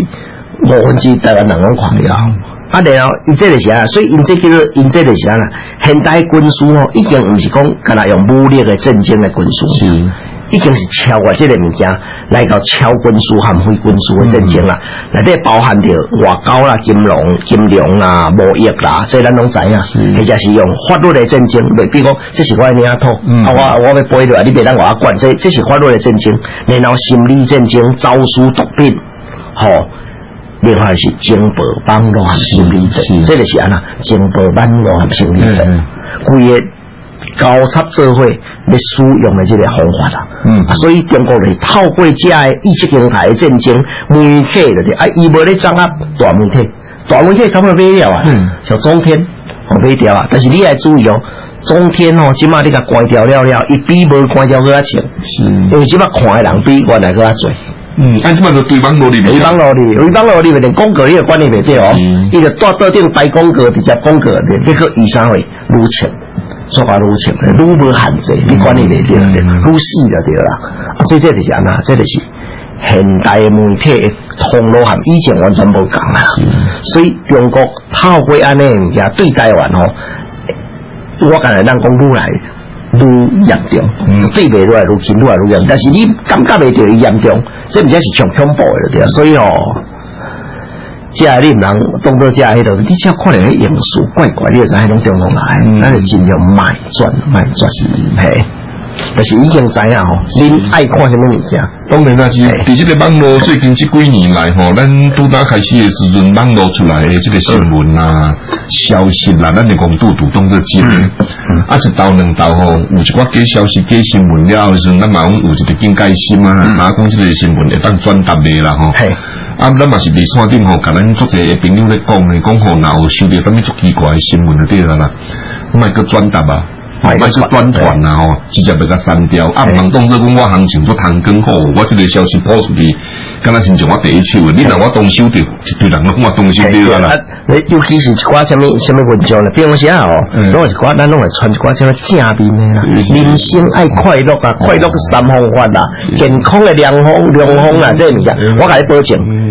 1/5台湾人拢看了。啊，然后伊这就是啊，所以因这就是啊啦，现代军事哦，已经唔是讲干那用武力的战争的军事，已经是超过这个物件来到超军事和非军事的战争啦。内底包含着外交啦、金融啦、贸易啦，这咱拢知影，或者是用法律的战争，比如讲这是我的领土，我要背落来，你别当我管，这是法律的战争，然后心理战争、招数毒品，另外是情报网络和心理战，这个是安那情报网络和心理战，规个交叉做伙来使用的这个方法啦。所以中国人透过这个意识形态的战争，媒体的啊，伊无咧掌握大媒体差不多买了啊，像中天买掉啊，但是你要注意哦，中天哦，即马你甲关掉了，伊比无关掉搁较强，因为即马看的人比原来搁较侪。 按这么就对网络里面， 网络里面连广告你也管理袂到哦，伊就到顶摆广告，直接广告，你个以上会愈强，做法愈强，愈无限制，你管理袂到，愈死就对啦。所以这就是安那，这就是现代媒体的通路和以前完全无共啦。所以中国透过安尼物件对台湾吼，我刚才咱讲愈来愈严重，对袂落来愈轻，愈来愈严重。但是你感觉袂到伊严重，这物件是上恐怖的对啊。所以哦，这个你唔能当做这迄度，你只要看到迄元素怪怪，你就知迄种中东来，咱就尽量卖转，嘿。但是已经知影吼，恁爱看什么物件？ 当然啦，是伫这个网络最近这几年来吼，咱拄打开始的时阵，网络出来的这个新闻啊、消息啦，咱就讲度当做真的。啊，一道两道吼，有一寡假消息、假新闻了后时，咱嘛有一个警戒心啊，啥讲这个新闻会当转达的啦吼。啊，咱嘛是伫线顶吼，甲咱足侪朋友咧讲吼，若有收到啥物足奇怪的新闻就对啦，莫个转达啊。买是短团啊吼，直接被它删掉。啊，唔通当做讲我行情做谈更好，我这个消息抛出去，敢若亲像我第一手的，你若我动手着，一堆人拢我动手着啦。 尤其是一寡什么文章咧，比如说哦，拢是寡咱拢会传一寡什么正面的啦，人生爱快乐啊，快乐3方法啦，健康的良方啦，这物件，我甲你保证，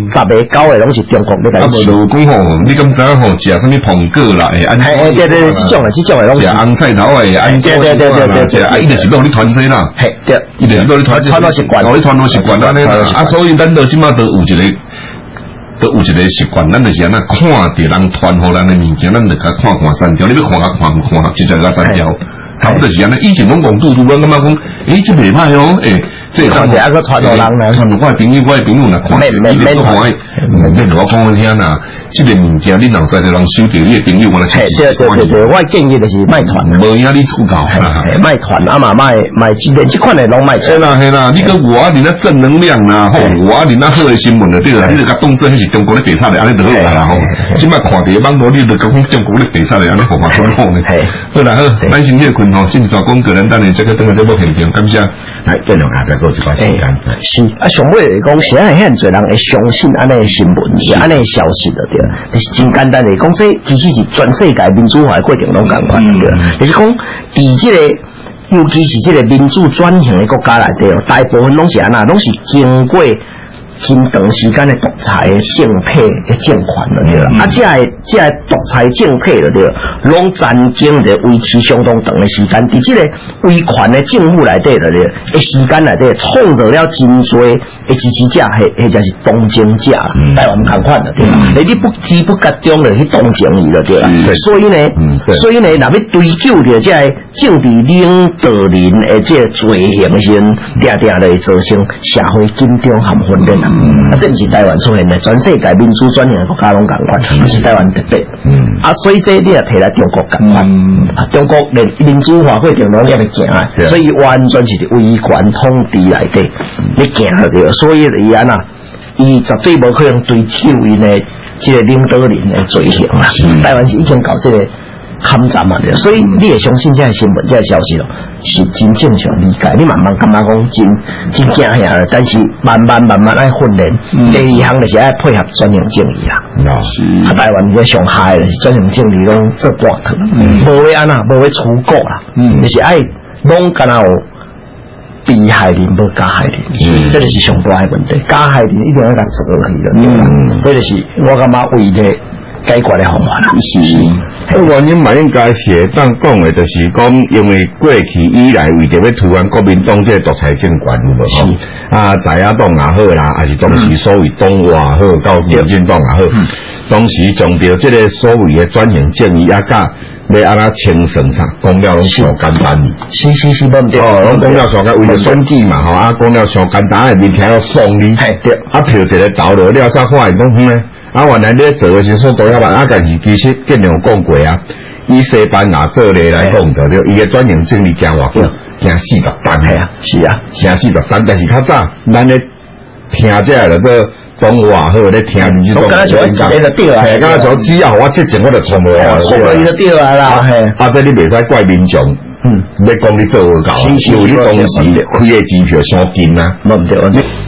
10个9个拢是中国咧来吃。 啊，无讲吼，你敢知吼食啥物苹果啦？ 对，这种的拢是食红菜头诶，对，食啊，伊就是要你团结啦。 嘿，对， 伊就是要你团结。 传统习惯， 你传统习惯安尼啦。啊，所以咱到即马都有一个习惯，咱就是安那看着人传互咱的物件，咱就甲看3条，你要看，1只甲3条。差不多是安尼，以前拢讲拄，咱感觉讲，这袂歹哦，这看是一個傳統人啦。 我的朋友若看，免看，免我講聽啦，這個物件你若使着人收着，你的朋友我來收。 對，我建議就是賣團， 無影你出搞， 賣團啊嘛，賣這款的攏賣。 係啦，你個活你那正能量啦，吼，活你那好的新聞就對啦，你就甲當作迄是中國咧白殺的，安尼就好啦吼。即擺看着網絡，你就講中國咧白殺的，安尼好嘛好呢。好啦好，咱先去困吼，先抓講個人單的這個等下這部現場，感謝。 來，建良下邊個一個時間。 是啊，上尾嚟講，現在很多人會相信安尼新聞，安尼消息就對，但是真簡單嚟講，這其實是全世界民主化的過程攏共款對，就是講，伫這個尤其是這個民主轉型的國家內底，大部分攏是安那，攏是經過真長時間的獨裁政體的政權了對啦，啊，這個獨裁政體了對，攏曾經的維持相當長的時間，在這個威權的政府內底了對，的時間內底創造了真多的支持者，或者是同情者，台灣同款了對啦，你不知不覺中了去同情伊了對啦，所以呢，若要追究着這個政治領導人的這個罪行時，定定來造成社會緊張和混亂。啊，這唔是台灣出現的，全世界民主轉型的國家攏共款，是台灣特別。啊，所以這你也提來中國共款，啊，中國連民主化過程攏也未行啊，所以完全是威權統治內底，你行着，所以伊安那，伊絕對無可能追究因的這個領導人的罪行啦。台灣是已經搞這個抗戰嘛，所以你也相信這個新聞、這個消息咯。是真正常理解，你慢慢感覺講真驚嚇啦，但是慢慢愛訓練。第二項就是愛配合轉型正義啦。啊，台灣個上海就是轉型正義攏做寡頭，無會安那，無會出國啦，就是愛攏干那有被害人無加害人，這個是上大嘅問題。加害人一定要甲做去了，對啦。這個是我感覺為了解決的方法啦。 迄原因嘛，應該是當講的，就是講，因為過去以來為着要推翻國民黨這個獨裁政權，有無吼？啊，在野黨也好啦，還是當時所謂黨外也好，到民進黨也好，當時將着這個所謂的轉型正義啊，甲要安怎清算啥，講了攏上簡單哩。是，冇對。哦，攏講了上簡，為了選舉嘛，吼啊，講了上簡單，面聽要爽哩。係對。啊，票一個投落了，啥看會講呢？啊，原來你做嘅時候多一萬，啊，但是其實建良講過啊，以西班牙做例來講就對，伊嘅轉型正義行偌久，行40單，係啊，是啊，行40單，但是較早咱咧聽這個就做講話好，咧聽你這種，係，剛才說只要我這陣我就錯無啊，錯咗伊就對啊啦，係，啊，這你袂使怪民眾，要講你做唔到，因為你當時開嘅支票傷緊啊，冇唔對。